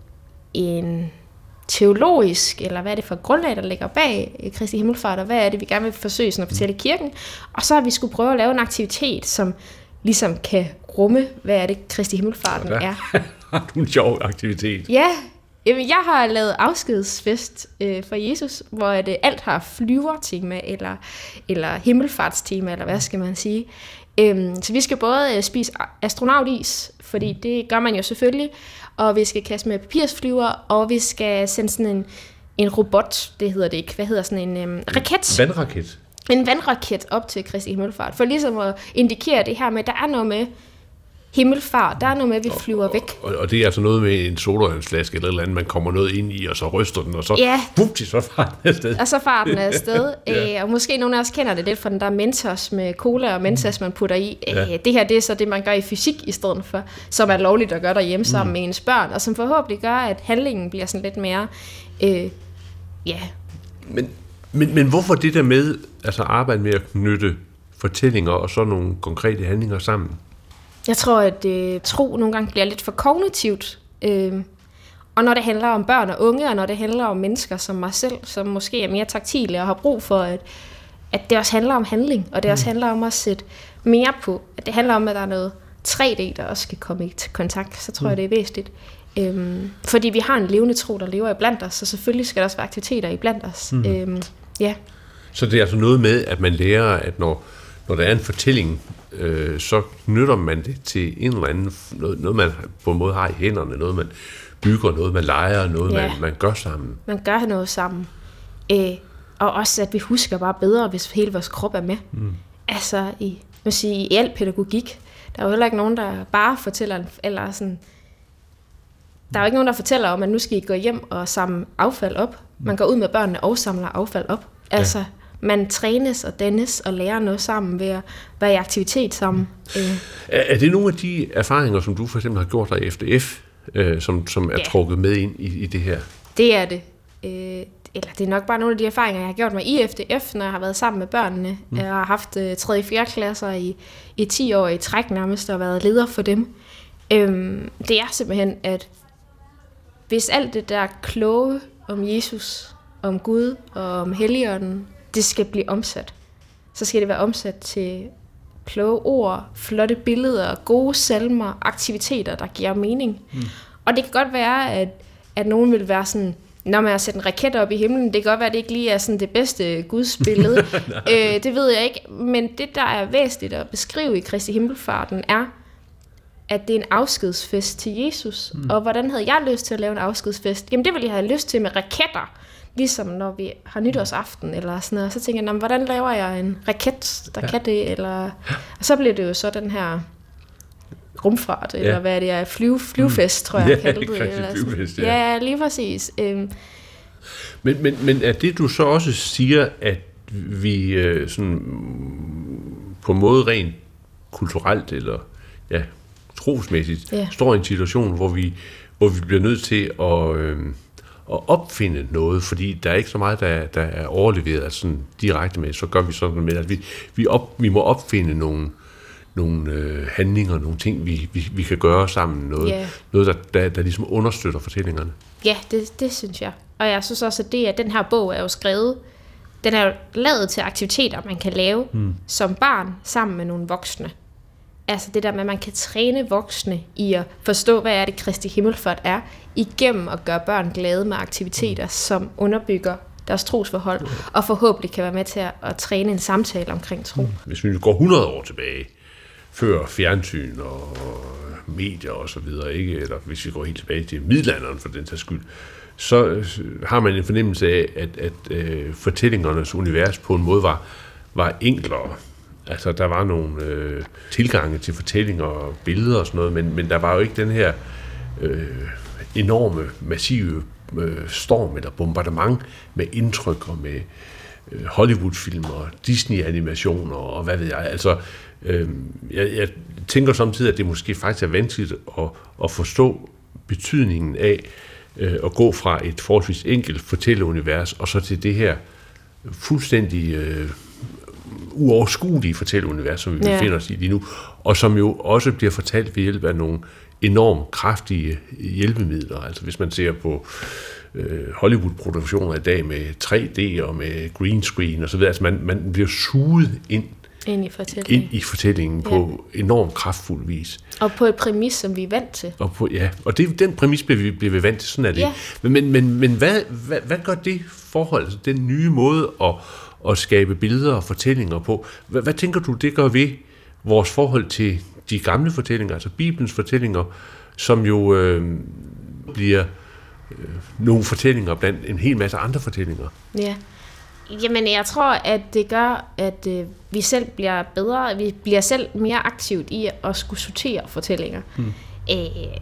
A: en teologisk, eller hvad er det for et grundlag, der ligger bag Kristi Himmelfart, og hvad er det, vi gerne vil forsøge sådan at fortælle i kirken. Og så har vi skulle prøve at lave en aktivitet, som ligesom kan rumme, hvad er det, Kristi Himmelfarten er.
B: Har du en sjov aktivitet?
A: Ja, jamen, jeg har lavet afskedsfest øh, for Jesus, hvor det alt har flyvertema, eller, eller himmelfartstema, eller hvad skal man sige. Øhm, så vi skal både øh, spise astronautis, fordi det gør man jo selvfølgelig, og vi skal kaste med papirsflyver, og vi skal sende sådan en, en robot, det hedder det ikke, hvad hedder sådan en øhm, raket?
B: Vandraket.
A: En vandraket op til Kristi Himmelfart, for ligesom at indikere det her med, at der er noget med himmelfart, der er noget med, at vi flyver
B: og,
A: væk.
B: Og, og det er altså noget med en sodavandsflaske eller et eller andet, man kommer noget ind i, og så ryster den, og så
A: ja.
B: Bupti, så farer den afsted.
A: Og så farer den afsted.
B: Ja.
A: Æ, og måske nogle af os kender det lidt fra den der Mentos med cola og Mentos, man putter i. Æ,
B: ja.
A: Det her, det er så det, man gør i fysik i stedet for, som er lovligt at gøre derhjemme sammen mm. med ens børn, og som forhåbentlig gør, at handlingen bliver sådan lidt mere, øh, ja.
B: Men, men, men hvorfor det der med, altså arbejde med at knytte fortællinger og så nogle konkrete handlinger sammen?
A: Jeg tror, at øh, tro nogle gange bliver lidt for kognitivt. Øh, og når det handler om børn og unge, og når det handler om mennesker som mig selv, som måske er mere taktile og har brug for, at, at det også handler om handling, og det også handler om at sætte mere på. At det handler om, at der er noget tre D, der også skal komme i kontakt. Så tror mm. jeg, det er væsentligt. Øh, fordi vi har en levende tro, der lever i blandt os, så selvfølgelig skal der også være aktiviteter i blandt os. Mm. Øh, ja.
B: Så det er altså noget med, at man lærer, at når, når der er en fortælling, øh, så knytter man det til en eller anden, noget, noget man på en måde har i hænderne, noget man bygger, noget man leger, noget ja. man, man gør sammen.
A: Man gør noget sammen. Øh, og også, at vi husker bare bedre, hvis hele vores krop er med. Mm. Altså, i, man sige, i al pædagogik, der er jo heller ikke nogen, der bare fortæller, eller sådan, der er jo ikke nogen, der fortæller om, at nu skal I gå hjem og samle affald op. Man går ud med børnene og samler affald op. Altså, ja. Man trænes og dannes og lærer noget sammen ved at være i aktivitet sammen. Øh.
B: Er, er det nogle af de erfaringer, som du for eksempel har gjort dig i F D F, øh, som, som er ja. trukket med ind i, i det her?
A: Det er det. Øh, eller det er nok bare nogle af de erfaringer, jeg har gjort mig i F D F, når jeg har været sammen med børnene. Mm. Jeg har haft øh, tredje og fjerde klasser i, i ti år i træk nærmest, og været leder for dem. Øhm, det er simpelthen, at hvis alt det der kloge om Jesus, om Gud og om Helligånden, det skal blive omsat, så skal det være omsat til kloge ord, flotte billeder, gode salmer, aktiviteter, der giver mening. Mm. Og det kan godt være, at, at nogen vil være sådan, når man har sat en raket op i himlen, det kan godt være, at det ikke lige er sådan det bedste gudsbillede. øh, det ved jeg ikke. Men det, der er væsentligt at beskrive i Kristi Himmelfarten, er, at det er en afskedsfest til Jesus. Mm. Og hvordan havde jeg lyst til at lave en afskedsfest? Jamen det ville jeg have lyst til med raketter. Ligesom når vi har nytårsaften eller sådan noget. Og så tænker jeg, hvordan laver jeg en raket, der ja. kan det? Eller... Og så bliver det jo så den her rumfart, eller ja. hvad det er, flyve, flyvefest, tror jeg,
B: ja,
A: kalder det. Eller
B: flyvefest, ja.
A: ja, lige præcis. Øhm.
B: Men, men, men er det, du så også siger, at vi øh, sådan, på en måde rent kulturelt, eller ja, trosmæssigt, ja. står i en situation, hvor vi, hvor vi bliver nødt til at, øh, at opfinde noget, fordi der er ikke så meget, der, der er overleveret altså sådan direkte med, så gør vi sådan med, at vi, vi, op, vi må opfinde nogle nogle øh, handlinger, nogle ting, vi, vi, vi kan gøre sammen, noget, yeah. noget der, der, der ligesom understøtter fortællingerne.
A: Ja, det, det synes jeg. Og jeg synes også, at det, at den her bog er jo skrevet, den er jo lavet til aktiviteter, man kan lave mm. som barn sammen med nogle voksne. Altså det der med, at man kan træne voksne i at forstå, hvad er det Kristi Himmelfart er, igennem at gøre børn glade med aktiviteter, mm. som underbygger deres trosforhold, mm. og forhåbentlig kan være med til at, at træne en samtale omkring tro. Mm.
B: Hvis vi går hundrede år tilbage, før fjernsyn og medier og så videre, ikke? Eller hvis vi går helt tilbage til middelalderen for den sags skyld, så har man en fornemmelse af, at, at øh, fortællingernes univers på en måde var, var enklere. Altså, der var nogle øh, tilgange til fortællinger og billeder og sådan noget, men, men der var jo ikke den her øh, enorme, massive øh, storm eller bombardement med indtryk og med øh, Hollywood-film og Disney-animationer og hvad ved jeg. Altså, øh, jeg, jeg tænker samtidig, at det måske faktisk er vanskeligt at, at forstå betydningen af øh, at gå fra et forholdsvis enkelt fortælleunivers og så til det her fuldstændig øh, uoverskuelige fortælleunivers, som vi ja. befinder os i lige nu, og som jo også bliver fortalt ved hjælp af nogle enormt kraftige hjælpemidler. Altså hvis man ser på øh, Hollywood-produktioner i dag med tre D og med green screen og så videre, altså man, man bliver suget ind,
A: ind i fortællingen,
B: ind i fortællingen ja. på enormt kraftfuld vis.
A: Og på et præmis, som vi er vant til.
B: Og på, ja, og det, den præmis bliver vi, bliver vi vant til, sådan er det. Ja. Men, men, men hvad, hvad, hvad gør det forhold, altså den nye måde at at skabe billeder og fortællinger på. Hvad, hvad tænker du, det gør ved vores forhold til de gamle fortællinger, altså Bibelens fortællinger, som jo øh, bliver øh, nogle fortællinger blandt en hel masse andre fortællinger?
A: Ja, jamen jeg tror, at det gør, at øh, vi selv bliver bedre, vi bliver selv mere aktivt i at skulle sortere fortællinger. Hmm. Øh,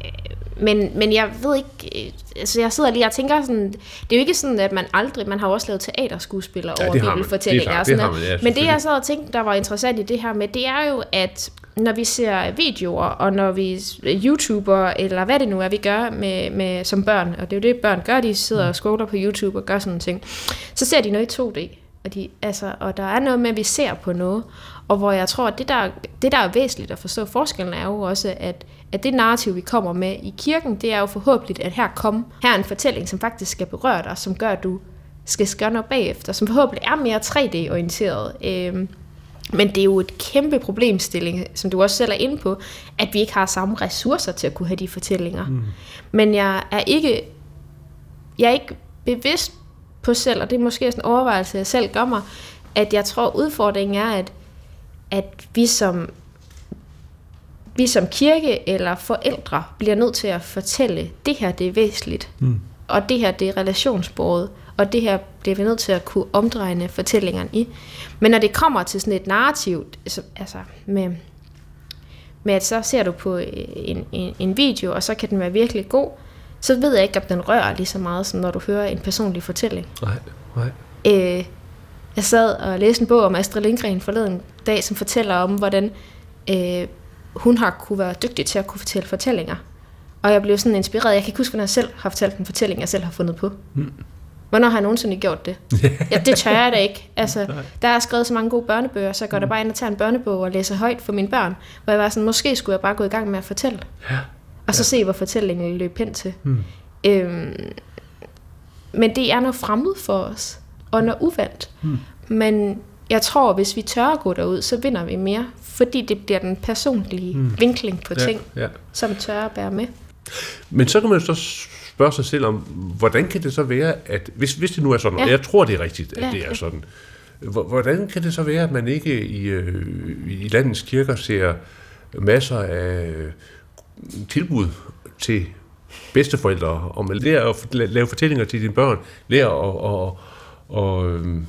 A: men, men jeg ved ikke, altså jeg sidder lige og tænker sådan, det er jo ikke sådan, at man aldrig, man har også lavet teaterskuespillere ja, over bibelfortællinger. Det det man, ja, men det jeg sad og tænkte, der var interessant i det her med, det er jo, at når vi ser videoer, og når vi YouTuber, eller hvad det nu er, vi gør med, med, som børn, og det er jo det, børn gør, de sidder og scroller på YouTube og gør sådan nogle ting, så ser de noget i to D. Og, de, altså, og der er noget med, at vi ser på noget, og hvor jeg tror, at det der, det der er væsentligt at forstå forskellen, er jo også, at, at det narrativ, vi kommer med i kirken, det er jo forhåbentlig, at her kom, her er en fortælling, som faktisk skal berøre dig, som gør, at du skal gøre noget bagefter, som forhåbentlig er mere tre D-orienteret. Øhm, men det er jo et kæmpe problemstilling, som du også selv er inde på, at vi ikke har samme ressourcer til at kunne have de fortællinger. Mm. Men jeg er ikke, jeg er ikke bevidst på selv, og det er måske sådan en overvejelse, jeg selv gør mig, at jeg tror, udfordringen er, at, at vi som vi som kirke eller forældre bliver nødt til at fortælle, det her det er væsentligt, mm. og det her det er relationsbordet, og det her det er vi nødt til at kunne omdrejne fortællingerne i. Men når det kommer til sådan et narrativ, altså med, med at så ser du på en, en, en video, og så kan den være virkelig god, så ved jeg ikke, om den rører lige så meget, som når du hører en personlig fortælling.
B: Nej, nej.
A: Øh, jeg sad og læste en bog om Astrid Lindgren forleden dag, som fortæller om, hvordan øh, hun har kunne være dygtig til at kunne fortælle fortællinger. Og jeg blev sådan inspireret. Jeg kan ikke huske, hvordan jeg selv har fortalt en fortælling, jeg selv har fundet på. Mm. Hvornår har jeg nogensinde gjort det? Ja, det tør jeg da ikke. Altså, der er skrevet så mange gode børnebøger, så går der bare ind og tager en børnebog og læser højt for mine børn. Hvor jeg var sådan, måske skulle jeg bare gå i gang med at fortælle. Ja. Og så ja. se, hvor fortællingen løb hen til. Mm. Øhm, men det er noget fremmed for os, og noget uvandt. Mm. Men jeg tror, hvis vi tør at gå derud, så vinder vi mere, fordi det bliver den personlige mm. vinkling på ting, ja, ja. som tør at bære med.
B: Men så kan man jo så spørge sig selv om, hvordan kan det så være, at hvis, hvis det nu er sådan, ja. og jeg tror, det er rigtigt, at ja, det er sådan, hvordan kan det så være, at man ikke i, øh, i landets kirker ser masser af tilbud til bedsteforældre, om at lære at lave fortællinger til dine børn, lære at og, og, øhm,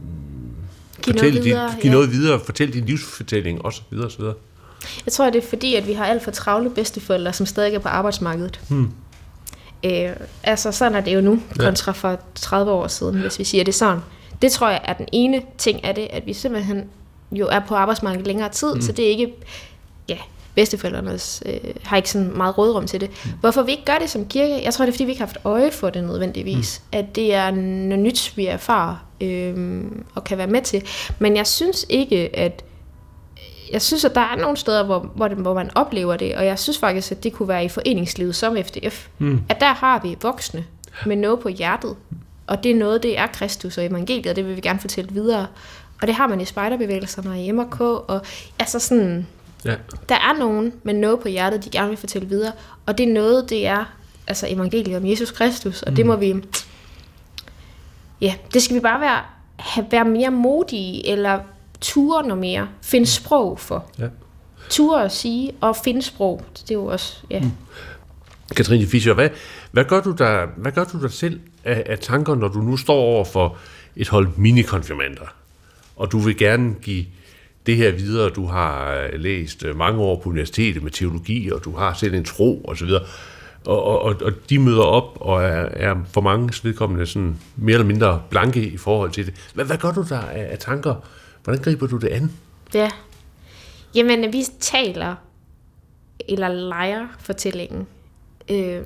A: Giv
B: fortælle
A: noget videre,
B: din, give ja. noget videre, fortælle din livsfortælling, og så videre, og så videre.
A: Jeg tror, det er fordi, at vi har alt for travle bedsteforældre, som stadig er på arbejdsmarkedet. Hmm. Øh, altså, sådan er det jo nu, kontra for tredive år siden, hvis vi siger det sådan. Det tror jeg er den ene ting af det, at vi simpelthen jo er på arbejdsmarkedet længere tid, hmm. så det er ikke, ja, bedsteforældrenes øh, har ikke sådan meget rådrum til det. Hmm. Hvorfor vi ikke gør det som kirke? Jeg tror, det er fordi, vi ikke har haft øje for det nødvendigvis. Hmm. At det er noget nyt, vi erfarer øh, og kan være med til. Men jeg synes ikke, at Jeg synes, at der er nogle steder, hvor, hvor, det, hvor man oplever det, og jeg synes faktisk, at det kunne være i foreningslivet som F D F. Mm. At der har vi voksne med noget på hjertet, og det er noget, det er Kristus og evangeliet, og det vil vi gerne fortælle videre. Og det har man i spejderbevægelserne og i M R K, og altså sådan, ja. der er nogen med noget på hjertet, de gerne vil fortælle videre, og det er noget, det er altså evangeliet om Jesus Kristus, og mm. det må vi, ja, det skal vi bare være, have, være mere modige, eller ture noget mere, finde sprog for. Ja. Ture at sige, og finde sprog, det er jo også, ja. Mm.
B: Katrine Fischer, hvad, hvad, gør du der, hvad gør du der selv af, af tanker, når du nu står over for et hold minikonfirmander, og du vil gerne give det her videre, du har læst mange år på universitetet med teologi, og du har selv en tro, og så videre, og, og, og de møder op, og er, er for mange vedkommende sådan mere eller mindre blanke i forhold til det. Hvad, hvad gør du der af, af tanker? Hvordan griber du det an?
A: Ja, jamen vi taler, eller leger fortællingen. Øh,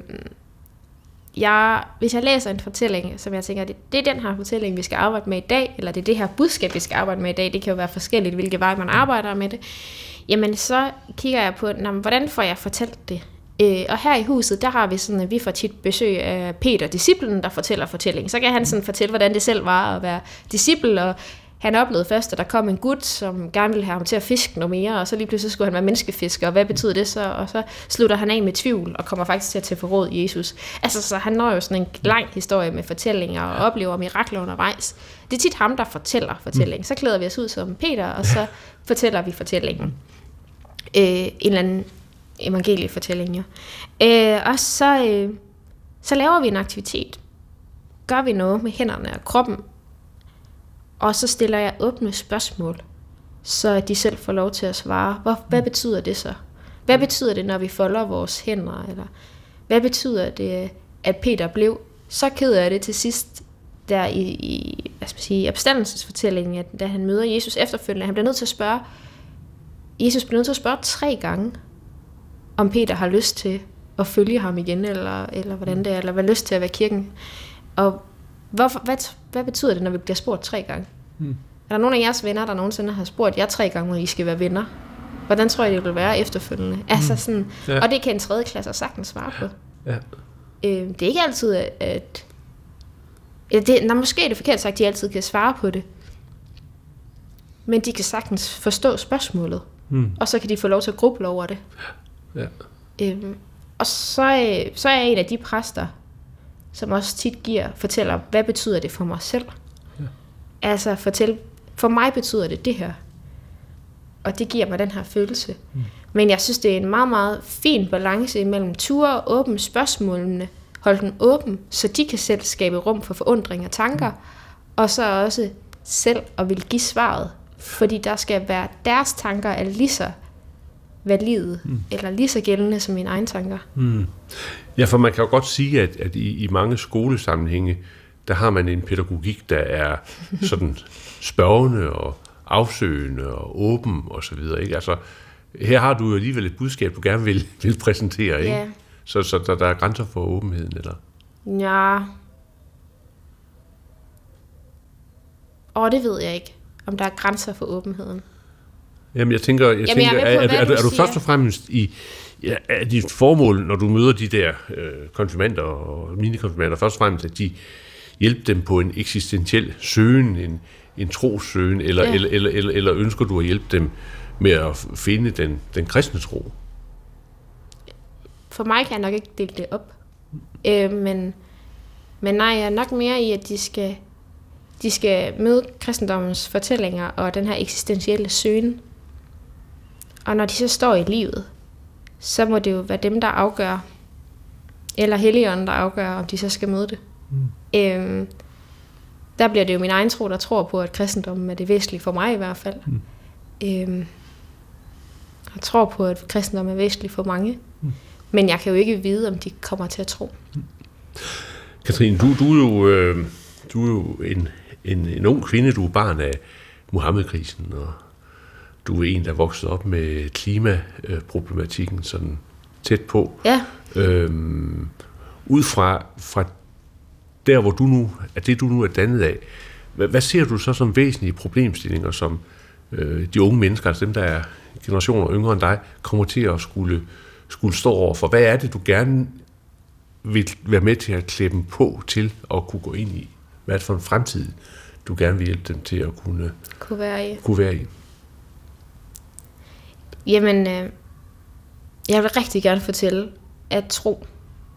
A: jeg, hvis jeg læser en fortælling, som jeg tænker, det, det er den her fortælling, vi skal arbejde med i dag, eller det er det her budskab, vi skal arbejde med i dag, det kan jo være forskelligt, hvilke vej man arbejder med det, jamen så kigger jeg på, nå, hvordan får jeg fortalt det? Øh, og her i huset, der har vi sådan, at vi får tit besøg af Peter, disciplen, der fortæller fortællingen. Så kan han sådan fortælle, hvordan det selv var at være disciple, og han oplevede først, at der kom en gut, som gerne ville have ham til at fiske noget mere, og så lige pludselig skulle han være menneskefisker, og hvad betyder det så? Og så slutter han af med tvivl, og kommer faktisk til at tage forråd Jesus. Altså, så han når jo sådan en lang historie med fortællinger, og oplever mirakler undervejs. Det er tit ham, der fortæller fortællingen. Så klæder vi os ud som Peter, og så fortæller vi fortællingen. Øh, en eller anden evangeliefortælling, ja. Øh, og så, øh, så laver vi en aktivitet. Gør vi noget med hænderne og kroppen, og så stiller jeg åbne spørgsmål, så de selv får lov til at svare. Hvor, hvad betyder det så? Hvad betyder det, når vi folder vores hænder? Eller hvad betyder det, at Peter blev så ked af det til sidst, der i, i hvad skal man sige, opstandelsesfortællingen, at da han møder Jesus efterfølgende, han bliver nødt til at spørge, Jesus bliver nødt til at spørge tre gange, om Peter har lyst til at følge ham igen, eller, eller hvordan det er, eller hvad lyst til at være kirken. Og hvorfor, hvad, hvad betyder det, når vi bliver spurgt tre gange? Hmm. Er der nogen af jeres venner, der nogensinde har spurgt jer tre gange, hvor I skal være venner? Hvordan tror I, det vil være efterfølgende? Hmm. Altså sådan, ja. Og det kan en tredje klasse sagtens svare på. Ja. Øh, det er ikke altid, at... Ja, det, nej, måske er det forkert sagt, at de altid kan svare på det. Men de kan sagtens forstå spørgsmålet. Hmm. Og så kan de få lov til at gruble over det. Ja. Øh, og så, så er jeg en af de præster, som også tit giver, fortæller, hvad betyder det for mig selv? Ja. Altså fortæl, for mig betyder det det her. Og det giver mig den her følelse. Mm. Men jeg synes, det er en meget, meget fin balance imellem ture og åbne spørgsmålene. Hold den åben, så de kan selv skabe rum for forundring og tanker. Mm. Og så også selv at vil give svaret. Fordi der skal være deres tanker er lige så valide, mm. eller lige så gældende som mine egne tanker.
B: Mm. Ja, for man kan jo godt sige, at, at i, i mange skolesammenhænge, der har man en pædagogik, der er sådan spørgende og afsøgende og åben og så videre, ikke? Altså, her har du jo alligevel et budskab, du gerne vil, vil præsentere, ikke?
A: Ja.
B: Så, så der, der er grænser for åbenheden, eller?
A: Ja. Og det ved jeg ikke, om der er grænser for åbenheden.
B: Jamen, jeg tænker, jeg
A: Jamen,
B: tænker
A: jeg er,
B: er,
A: på,
B: er, er,
A: du
B: er du først og fremmest i, ja, er dit formål, når du møder de der øh, konfirmander og minikonfirmander, først og fremmest, at de hjælper dem på en eksistentiel søgen, en, en trossøgen, eller, ja. eller, eller, eller, eller ønsker du at hjælpe dem med at finde den, den kristne tro?
A: For mig kan jeg nok ikke dele det op. Øh, men, men nej, jeg er nok mere i, at de skal, de skal møde kristendommens fortællinger og den her eksistentielle søgen. Og når de så står i livet, så må det jo være dem, der afgør, eller Helligånden, der afgør, om de så skal møde det. Mm. Øhm, der bliver det jo min egen tro, der tror på, at kristendommen er det væsentlige for mig i hvert fald. Mm. Øhm, jeg tror på, at kristendommen er væsentlig for mange. Mm. Men jeg kan jo ikke vide, om de kommer til at tro. Mm.
B: Katrine, du, du er jo, øh, du er jo en, en, en ung kvinde, du er barn af Muhammed-krisen, og du er en, der voksede op med klimaproblematikken sådan tæt på.
A: Ja.
B: Øhm, ud fra, fra der, hvor du nu, er det du nu er dannet af, hvad, hvad ser du så som væsentlige problemstillinger, som øh, de unge mennesker, altså dem, der er generationer yngre end dig, kommer til at skulle, skulle stå over for? Hvad er det, du gerne vil være med til at klæde dem på til at kunne gå ind i? Hvad er det for en fremtid, du gerne vil hjælpe dem til at kunne,
A: kunne være i?
B: Kunne være i?
A: Jamen, øh, jeg vil rigtig gerne fortælle, at tro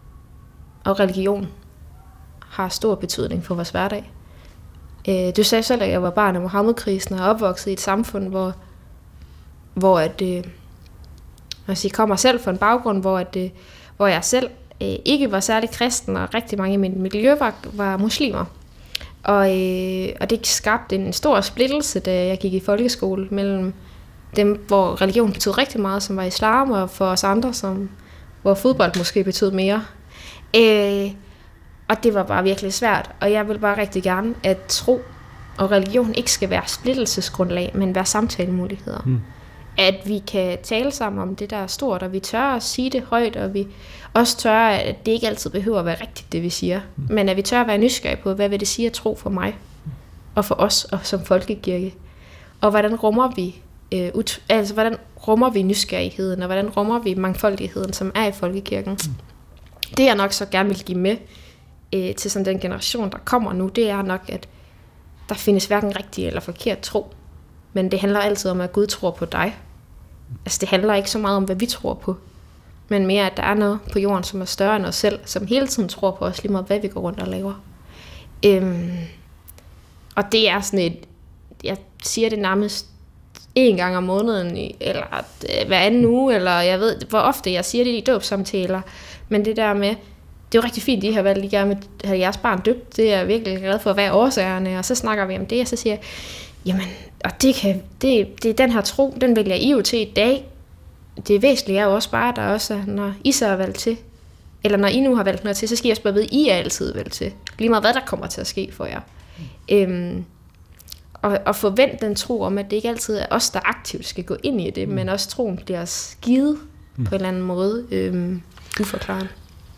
A: og religion har stor betydning for vores hverdag. Øh, du sagde selv, at jeg var barn af Muhammed-krisen og er opvokset i et samfund, hvor, hvor at, øh, jeg kommer selv fra en baggrund, hvor, at, øh, hvor jeg selv øh, ikke var særlig kristen, og rigtig mange i mit miljø var, var muslimer. Og, øh, og det skabte en stor splittelse, da jeg gik i folkeskole, mellem dem, hvor religion betød rigtig meget, som var islam, og for os andre, som, hvor fodbold måske betød mere. Øh, og det var bare virkelig svært, og jeg vil bare rigtig gerne, at tro og religion ikke skal være splittelsesgrundlag, men være samtalemuligheder. Mm. At vi kan tale sammen om det, der er stort, og vi tør at sige det højt, og vi også tør, at det ikke altid behøver at være rigtigt, det vi siger, mm. men at vi tør at være nysgerrige på, hvad vil det sige at tro for mig, og for os, og som folkekirke. Og hvordan rummer vi øh, ut- altså hvordan rummer vi nysgerrigheden, og hvordan rummer vi mangfoldigheden, som er i folkekirken. Mm. Det jeg nok så gerne vil give med øh, til sådan den generation, der kommer nu, det er nok, at der findes hverken rigtig eller forkert tro, men det handler altid om, at Gud tror på dig. Altså det handler ikke så meget om, hvad vi tror på, men mere, at der er noget på jorden, som er større end os selv, som hele tiden tror på os, lige meget hvad vi går rundt og laver. Øhm, og det er sådan et, jeg siger det nærmest en gang om måneden, eller hver anden uge, eller jeg ved, hvor ofte jeg siger det i dåbssamtaler, men det der med, det er jo rigtig fint, at I har valgt, at I gerne vil have jeres barn døbt, det er jeg virkelig glad for, hvad er årsagerne, og så snakker vi om det, og så siger jeg, jamen, og det, kan, det, det er den her tro, den vælger I jo til i dag. Det væsentlige er jo også bare, der også, når I så er valgt til, eller når I nu har valgt noget til, så skal I også bare vide, at I er altid valgt til. Lige meget hvad der kommer til at ske for jer. Mm. Øhm, og, og forvent den tro om, at det ikke altid er os, der aktivt skal gå ind i det, mm. men også troen bliver skidet mm. på en eller anden måde øhm, uforklaret.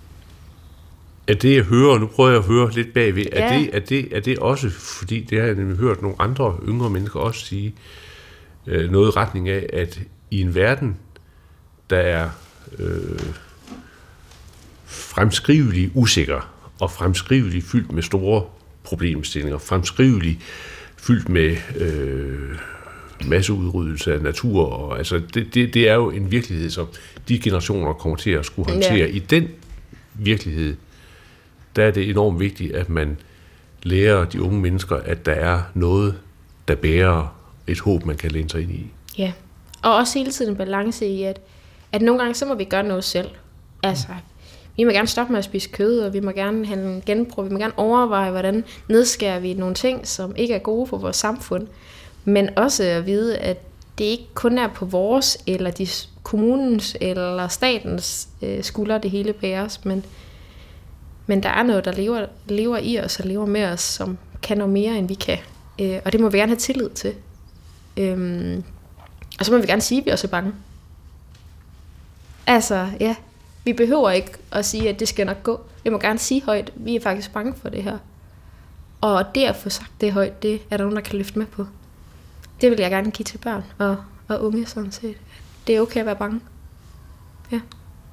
B: Er det, jeg hører, og nu prøver jeg at høre lidt bagved,
A: ja.
B: er, det, er, det, er det også, fordi det har jeg nemlig hørt nogle andre yngre mennesker også sige, øh, noget i retning af, at i en verden, der er øh, fremskrivelig usikker, og fremskrivelig fyldt med store problemstillinger, fremskrivelig fyldt med øh, masseudryddelse af natur, og altså det, det, det er jo en virkelighed, som de generationer kommer til at skulle håndtere. Ja. I den virkelighed, der er det enormt vigtigt, at man lærer de unge mennesker, at der er noget der bærer et håb, man kan læne sig ind i.
A: Ja, og også hele tiden en balance i, at, at nogle gange så må vi gøre noget selv. Altså, vi må gerne stoppe med at spise kød, og vi må gerne have en genbrug, vi må gerne overveje, hvordan nedskærer vi nogle ting, som ikke er gode for vores samfund. Men også at vide, at det ikke kun er på vores, eller de kommunens, eller statens øh, skuldre, det hele bæres, men, men der er noget, der lever, lever i os og lever med os, som kan noget mere, end vi kan. Øh, og det må vi gerne have tillid til. Øhm, og så må vi gerne sige, at vi også er bange. Altså, ja, vi behøver ikke at sige, at det skal nok gå. Vi må gerne sige højt, vi er faktisk bange for det her. Og det at få sagt det højt, det er der nogen, der kan løfte med på. Det vil jeg gerne give til børn og, og unge sådan set. Det er okay at være bange. Ja.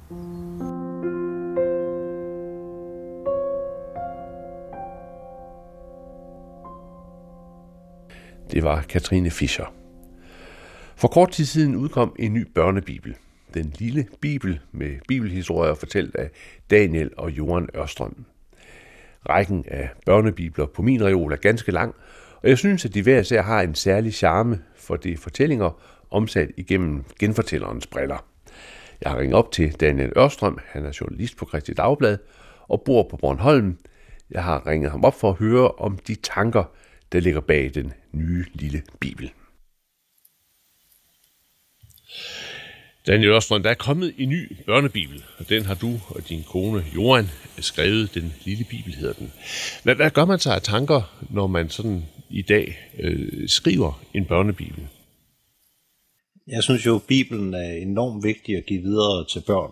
B: Det var Katrine Fischer. For kort tid siden udkom en ny børnebibel. Den lille bibel med bibelhistorier fortalt af Daniel og Johan Ørstrøm. Rækken af børnebibler på min reol er ganske lang, og jeg synes, at de hver især har en særlig charme, for det er fortællinger omsat igennem genfortællerens briller. Jeg har ringet op til Daniel Ørstrøm, han er journalist på Kristi Dagblad og bor på Bornholm. Jeg har ringet ham op for at høre om de tanker, der ligger bag den nye lille bibel. Daniel Ørstrøm, der er kommet en ny børnebibel, og den har du og din kone Johan skrevet. Den lille bibel hedder den. Hvad, hvad gør man sig af tanker, når man sådan i dag øh, skriver en børnebibel?
E: Jeg synes jo, at Bibelen er enormt vigtig at give videre til børn.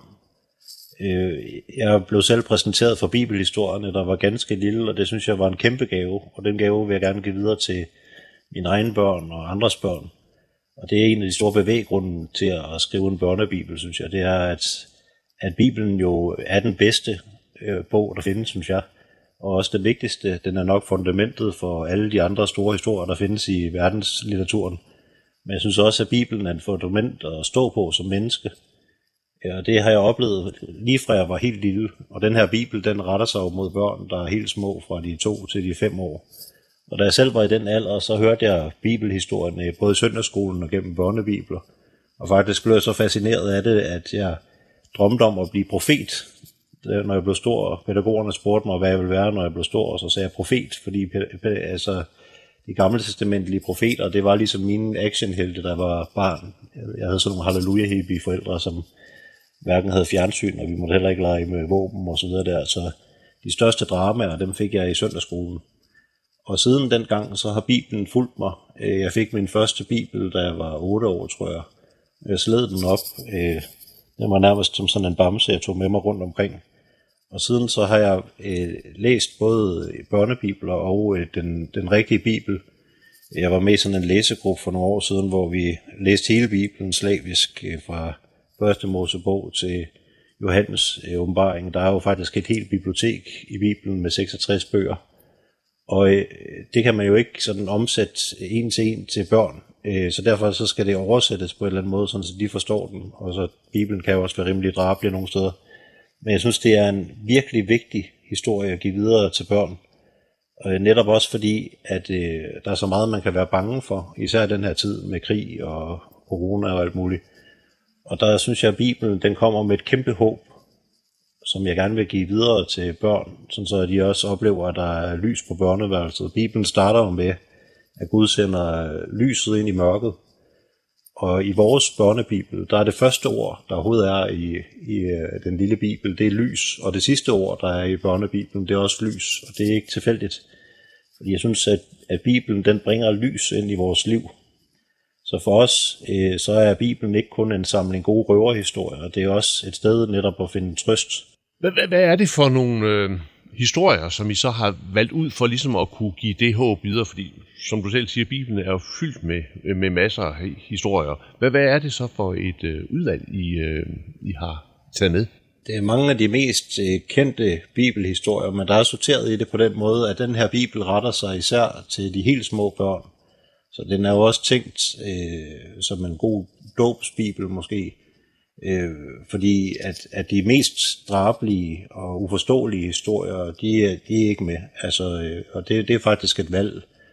E: Jeg blev selv præsenteret for bibelhistorierne, der var ganske lille, og det synes jeg var en kæmpe gave. Og den gave vil jeg gerne give videre til mine egne børn og andres børn. Og det er en af de store bevæggrunde til at skrive en børnebibel, synes jeg. Det er, at, at Bibelen jo er den bedste øh, bog, der findes, synes jeg. Og også det vigtigste, den er nok fundamentet for alle de andre store historier, der findes i verdenslitteraturen. Men jeg synes også, at Bibelen er et fundament at stå på som menneske. Ja, og det har jeg oplevet lige fra jeg var helt lille. Og den her bibel, den retter sig jo mod børn, der er helt små fra de to til de fem år. Og da jeg selv var i den alder, så hørte jeg bibelhistorien både i søndagsskolen og gennem børnebibler. Og faktisk blev jeg så fascineret af det, at jeg drømte om at blive profet. Når jeg blev stor, og pædagogerne spurgte mig, hvad jeg ville være, når jeg blev stor, og så sagde jeg profet, fordi altså, de gamle testamentlige profeter, det var ligesom mine actionhelte, der var barn. Jeg havde sådan nogle halleluja-hippie forældre, som hverken havde fjernsyn, og vi måtte heller ikke lege med våben og så videre der. Så de største dramaer, dem fik jeg i søndagsskolen. Og siden den gang, så har Bibelen fulgt mig. Jeg fik min første bibel, da jeg var otte år, tror jeg. Jeg sled den op. Den var nærmest som sådan en bamse, jeg tog med mig rundt omkring. Og siden så har jeg læst både børnebibler og den, den rigtige bibel. Jeg var med i sådan en læsegruppe for nogle år siden, hvor vi læste hele Bibelen slavisk fra første Mosebog til Johannes åbenbaring. Der er jo faktisk et helt bibliotek i Bibelen med seksogtres bøger. Og øh, det kan man jo ikke sådan omsætte en til en til børn. Øh, så derfor så skal det oversættes på en eller anden måde, sådan, så de forstår den. Og så Bibelen kan jo også være rimelig drabelig nogle steder. Men jeg synes, det er en virkelig vigtig historie at give videre til børn. Og netop også fordi, at øh, der er så meget, man kan være bange for. Især i den her tid med krig og corona og alt muligt. Og der synes jeg, at Bibelen den kommer med et kæmpe håb, som jeg gerne vil give videre til børn, sådan så de også oplever, at der er lys på børneværelset. Bibelen starter jo med, at Gud sender lyset ind i mørket. Og i vores børnebibel, der er det første ord, der overhovedet er i, i den lille bibel, det er lys. Og det sidste ord, der er i børnebibelen, det er også lys. Og det er ikke tilfældigt. Fordi jeg synes, at, at Bibelen den bringer lys ind i vores liv. Så for os, øh, så er Bibelen ikke kun en samling gode røverhistorier, det er også et sted netop at finde trøst.
B: Hvad, hvad, hvad er det for nogle øh, historier, som I så har valgt ud for ligesom at kunne give det håb videre? Fordi, som du selv siger, Bibelen er jo fyldt med, med masser af historier. Hvad, hvad er det så for et øh, udvalg, I, øh, I har taget med?
E: Det er mange af de mest øh, kendte bibelhistorier, men der er sorteret i det på den måde, at den her bibel retter sig især til de helt små børn. Så den er jo også tænkt øh, som en god dåbsbibel måske, øh, fordi at, at de mest drabelige og uforståelige historier, de er, de er ikke med. Altså, øh, og det, det er faktisk et valg,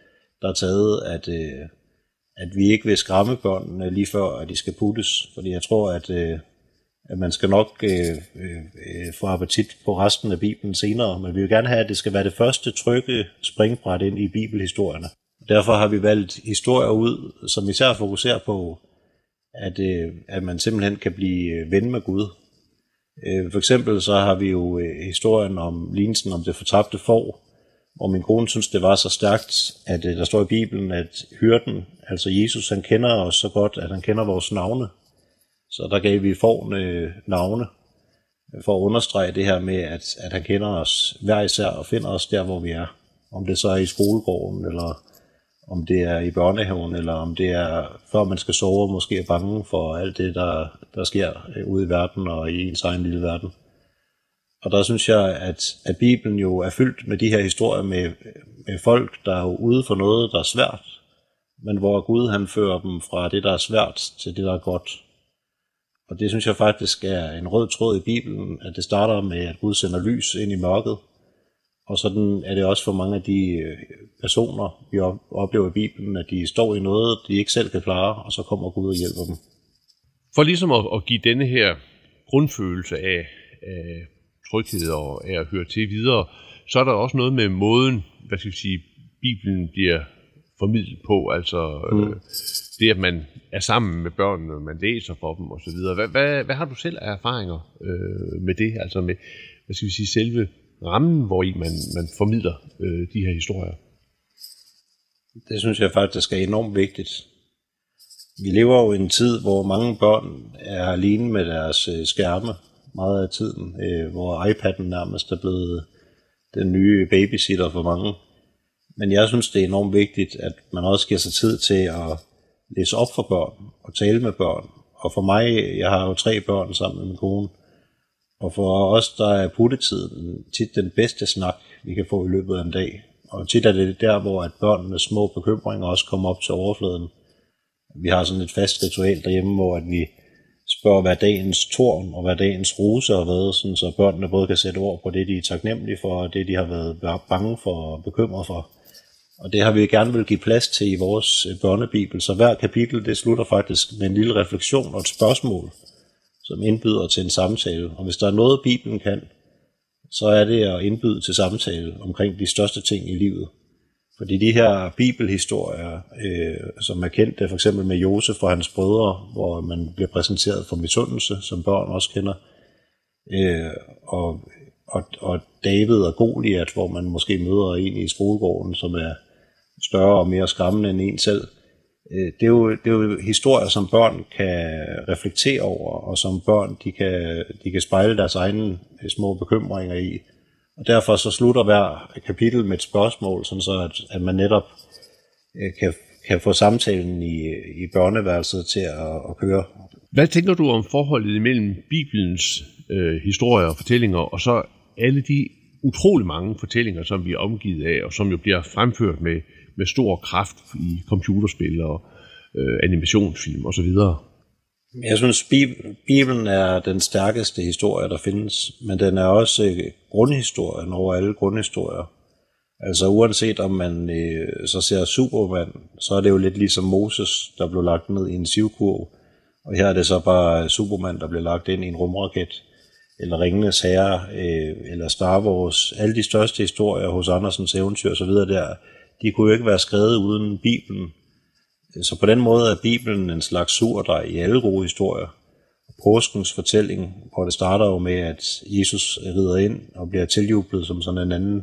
E: der er taget, at, øh, at vi ikke vil skræmme børnene lige før, at de skal puttes. Fordi jeg tror, at, øh, at man skal nok øh, øh, få appetit på resten af Bibelen senere. Men vi vil gerne have, at det skal være det første trygge springbræt ind i bibelhistorierne. Derfor har vi valgt historier ud, som især fokuserer på, at, øh, at man simpelthen kan blive ven med Gud. Øh, for eksempel så har vi jo øh, historien om lignelsen om det fortabte får, og min kone synes, det var så stærkt, at øh, der står i Bibelen, at hyrden, altså Jesus, han kender os så godt, at han kender vores navne. Så der gav vi fårene øh, navne, for at understrege det her med, at, at han kender os hver især og finder os der, hvor vi er. Om det så er i skolegården, eller om det er i børnehaven, eller om det er før man skal sove og måske er bange for alt det, der, der sker ude i verden og i ens egen lille verden. Og der synes jeg, at, at Bibelen jo er fyldt med de her historier med, med folk, der er jo ude for noget, der er svært, men hvor Gud han fører dem fra det, der er svært, til det, der er godt. Og det synes jeg faktisk er en rød tråd i Bibelen, at det starter med, at Gud sender lys ind i mørket. Og sådan er det også for mange af de personer, vi oplever i Bibelen, at de står i noget, de ikke selv kan klare, og så kommer Gud og hjælper dem.
B: For ligesom at, at give denne her grundfølelse af, af tryghed og af at høre til videre, så er der også noget med måden, hvad skal vi sige, Bibelen bliver formidlet på, altså mm. øh, det, at man er sammen med børnene, man læser for dem osv. Hvad, hvad, hvad har du selv af erfaringer øh, med det, altså med, hvad skal vi sige, selve rammen, hvor i man, man formidler øh, de her historier?
E: Det synes jeg faktisk er enormt vigtigt. Vi lever jo i en tid, hvor mange børn er alene med deres øh, skærme meget af tiden, øh, hvor iPad'en nærmest er blevet den nye babysitter for mange. Men jeg synes, det er enormt vigtigt, at man også giver sig tid til at læse op for børn og tale med børn. Og for mig, jeg har jo tre børn sammen med min kone, og for os, der er puttetiden tit den bedste snak, vi kan få i løbet af en dag. Og tit er det der, hvor at børnenes små bekymringer også kommer op til overfladen. Vi har sådan et fast ritual derhjemme, hvor at vi spørger, hvad dagens torn og hvad dagens rose har været, sådan så børnene både kan sætte ord på det, de er taknemmelige for, og det, de har været bange for og bekymret for. Og det har vi gerne vil give plads til i vores børnebibel, så hver kapitel, det slutter faktisk med en lille refleksion og et spørgsmål, som indbyder til en samtale. Og hvis der er noget, Bibelen kan, så er det at indbyde til samtale omkring de største ting i livet. Fordi de her bibelhistorier, øh, som er kendte, for eksempel med Josef og hans brødre, hvor man bliver præsenteret for misundelse, som børn også kender, øh, og, og, og David og Goliat, hvor man måske møder en i skolegården, som er større og mere skræmmende end en selv. Øh, det, er jo, det er jo historier, som børn kan reflektere over, og som børn de kan, de kan spejle deres egne små bekymringer i. Og derfor så slutter hver kapitel med et spørgsmål, sådan så at, at man netop øh, kan, kan få samtalen i, i børneværelset til at, at køre.
B: Hvad tænker du om forholdet imellem Bibelens øh, historier og fortællinger, og så alle de utrolig mange fortællinger, som vi er omgivet af, og som jo bliver fremført med, med stor kraft i computerspil og øh, animationsfilm osv.?
E: Jeg synes, Bibelen er den stærkeste historie, der findes, men den er også grundhistorien over alle grundhistorier. Altså uanset om man øh, så ser Superman, så er det jo lidt ligesom Moses, der blev lagt ned i en sivkurv, og her er det så bare Superman, der bliver lagt ind i en rumraket, eller Ringenes Herre, øh, eller Star Wars. Alle de største historier hos Andersens eventyr og så videre der, de kunne jo ikke være skrevet uden Bibelen. Så på den måde er Bibelen en slags surdej i alle gode historier. Påskens fortælling, hvor det starter jo med, at Jesus rider ind og bliver tiljublet som sådan en anden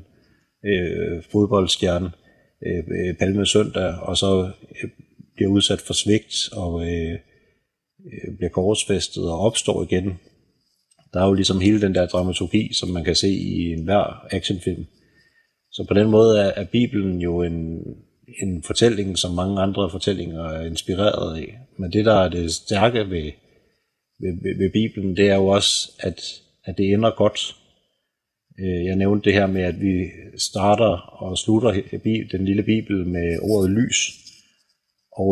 E: øh, fodboldstjerne, øh, palmesøndag, og så øh, bliver udsat for svigt og øh, øh, bliver korsfæstet og opstår igen. Der er jo ligesom hele den der dramaturgi, som man kan se i enhver actionfilm. Så på den måde er, er Bibelen jo en en fortælling, som mange andre fortællinger er inspireret af. Men det, der er det stærke ved, ved, ved Bibelen, det er jo også, at, at det ender godt. Jeg nævnte det her med, at vi starter og slutter den lille Bibel med ordet lys. Og,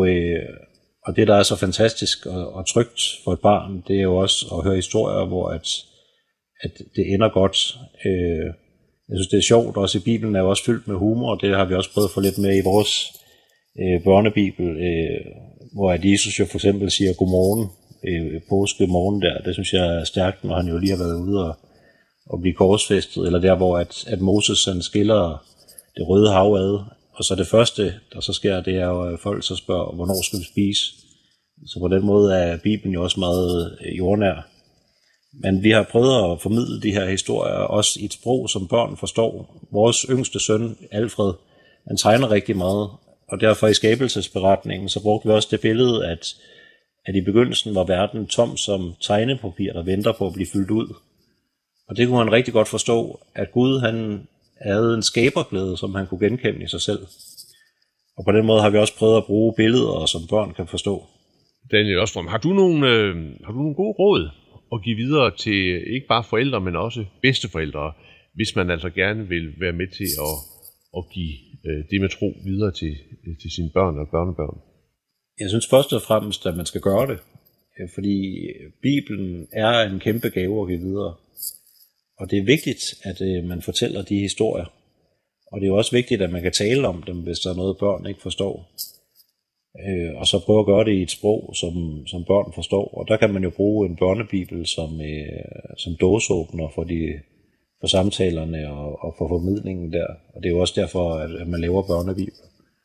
E: og det, der er så fantastisk og, og trygt for et barn, det er jo også at høre historier, hvor at, at det ender godt. Jeg synes, det er sjovt. Også i Bibelen er jo også fyldt med humor, og det har vi også prøvet at få lidt med i vores øh, børnebibel, øh, hvor at Jesus jo for eksempel siger godmorgen, øh, påske morgen der, det synes jeg er stærkt, når han jo lige har været ude og, og blive korsfæstet, eller der hvor at, at Moses han skiller det røde hav ad, og så det første, der så sker, det er jo, at folk så spørger, hvornår skal vi spise? Så på den måde er Bibelen jo også meget jordnær. Men vi har prøvet at formidle de her historier også i et sprog, som børn forstår. Vores yngste søn, Alfred, han tegner rigtig meget, og derfor i skabelsesberetningen, så brugte vi også det billede, at, at i begyndelsen var verden tom som tegnepapir, der venter på at blive fyldt ud. Og det kunne han rigtig godt forstå, at Gud han havde en skaberglæde, som han kunne genkende i sig selv. Og på den måde har vi også prøvet at bruge billeder, som børn kan forstå.
B: Daniel Ørstrøm, har du nogle, øh, har du nogle gode råd at give videre til ikke bare forældre, men også bedsteforældre, hvis man altså gerne vil være med til at, at give øh, det med tro videre til, til sine børn og børnebørn?
E: Jeg synes først og fremmest, at man skal gøre det, fordi Bibelen er en kæmpe gave at give videre. Og det er vigtigt, at øh, man fortæller de historier. Og det er også vigtigt, at man kan tale om dem, hvis der er noget, børn ikke forstår. Øh, og så prøve at gøre det i et sprog, som, som børn forstår. Og der kan man jo bruge en børnebibel som, øh, som dåseåbner for, de, for samtalerne og, og for formidlingen der. Og det er jo også derfor, at, at man laver børnebibel.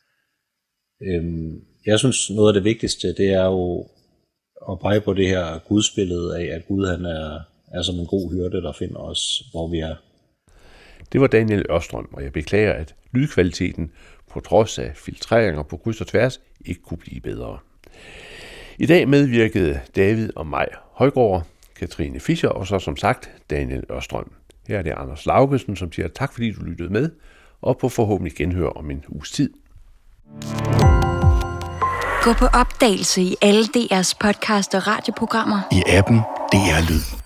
E: Øh, jeg synes, noget af det vigtigste, det er jo at pege på det her gudsbillede af, at Gud han er, er som en god hyrde, der finder os, hvor vi er.
B: Det var Daniel Ørstrøm, og jeg beklager, at lydkvaliteten på trods af filtreringer på kryds og tværs ikke kunne blive bedre. I dag medvirkede David og Maj Højgaard, Katrine Fischer og så som sagt Daniel Ørstrøm. Her er det Anders Laugesen, som siger tak fordi du lyttede med, og på forhåbentlig genhør om en uges tid.
F: Gå på opdagelse i alle D R's podcast og radioprogrammer.
G: I appen D R Lyd.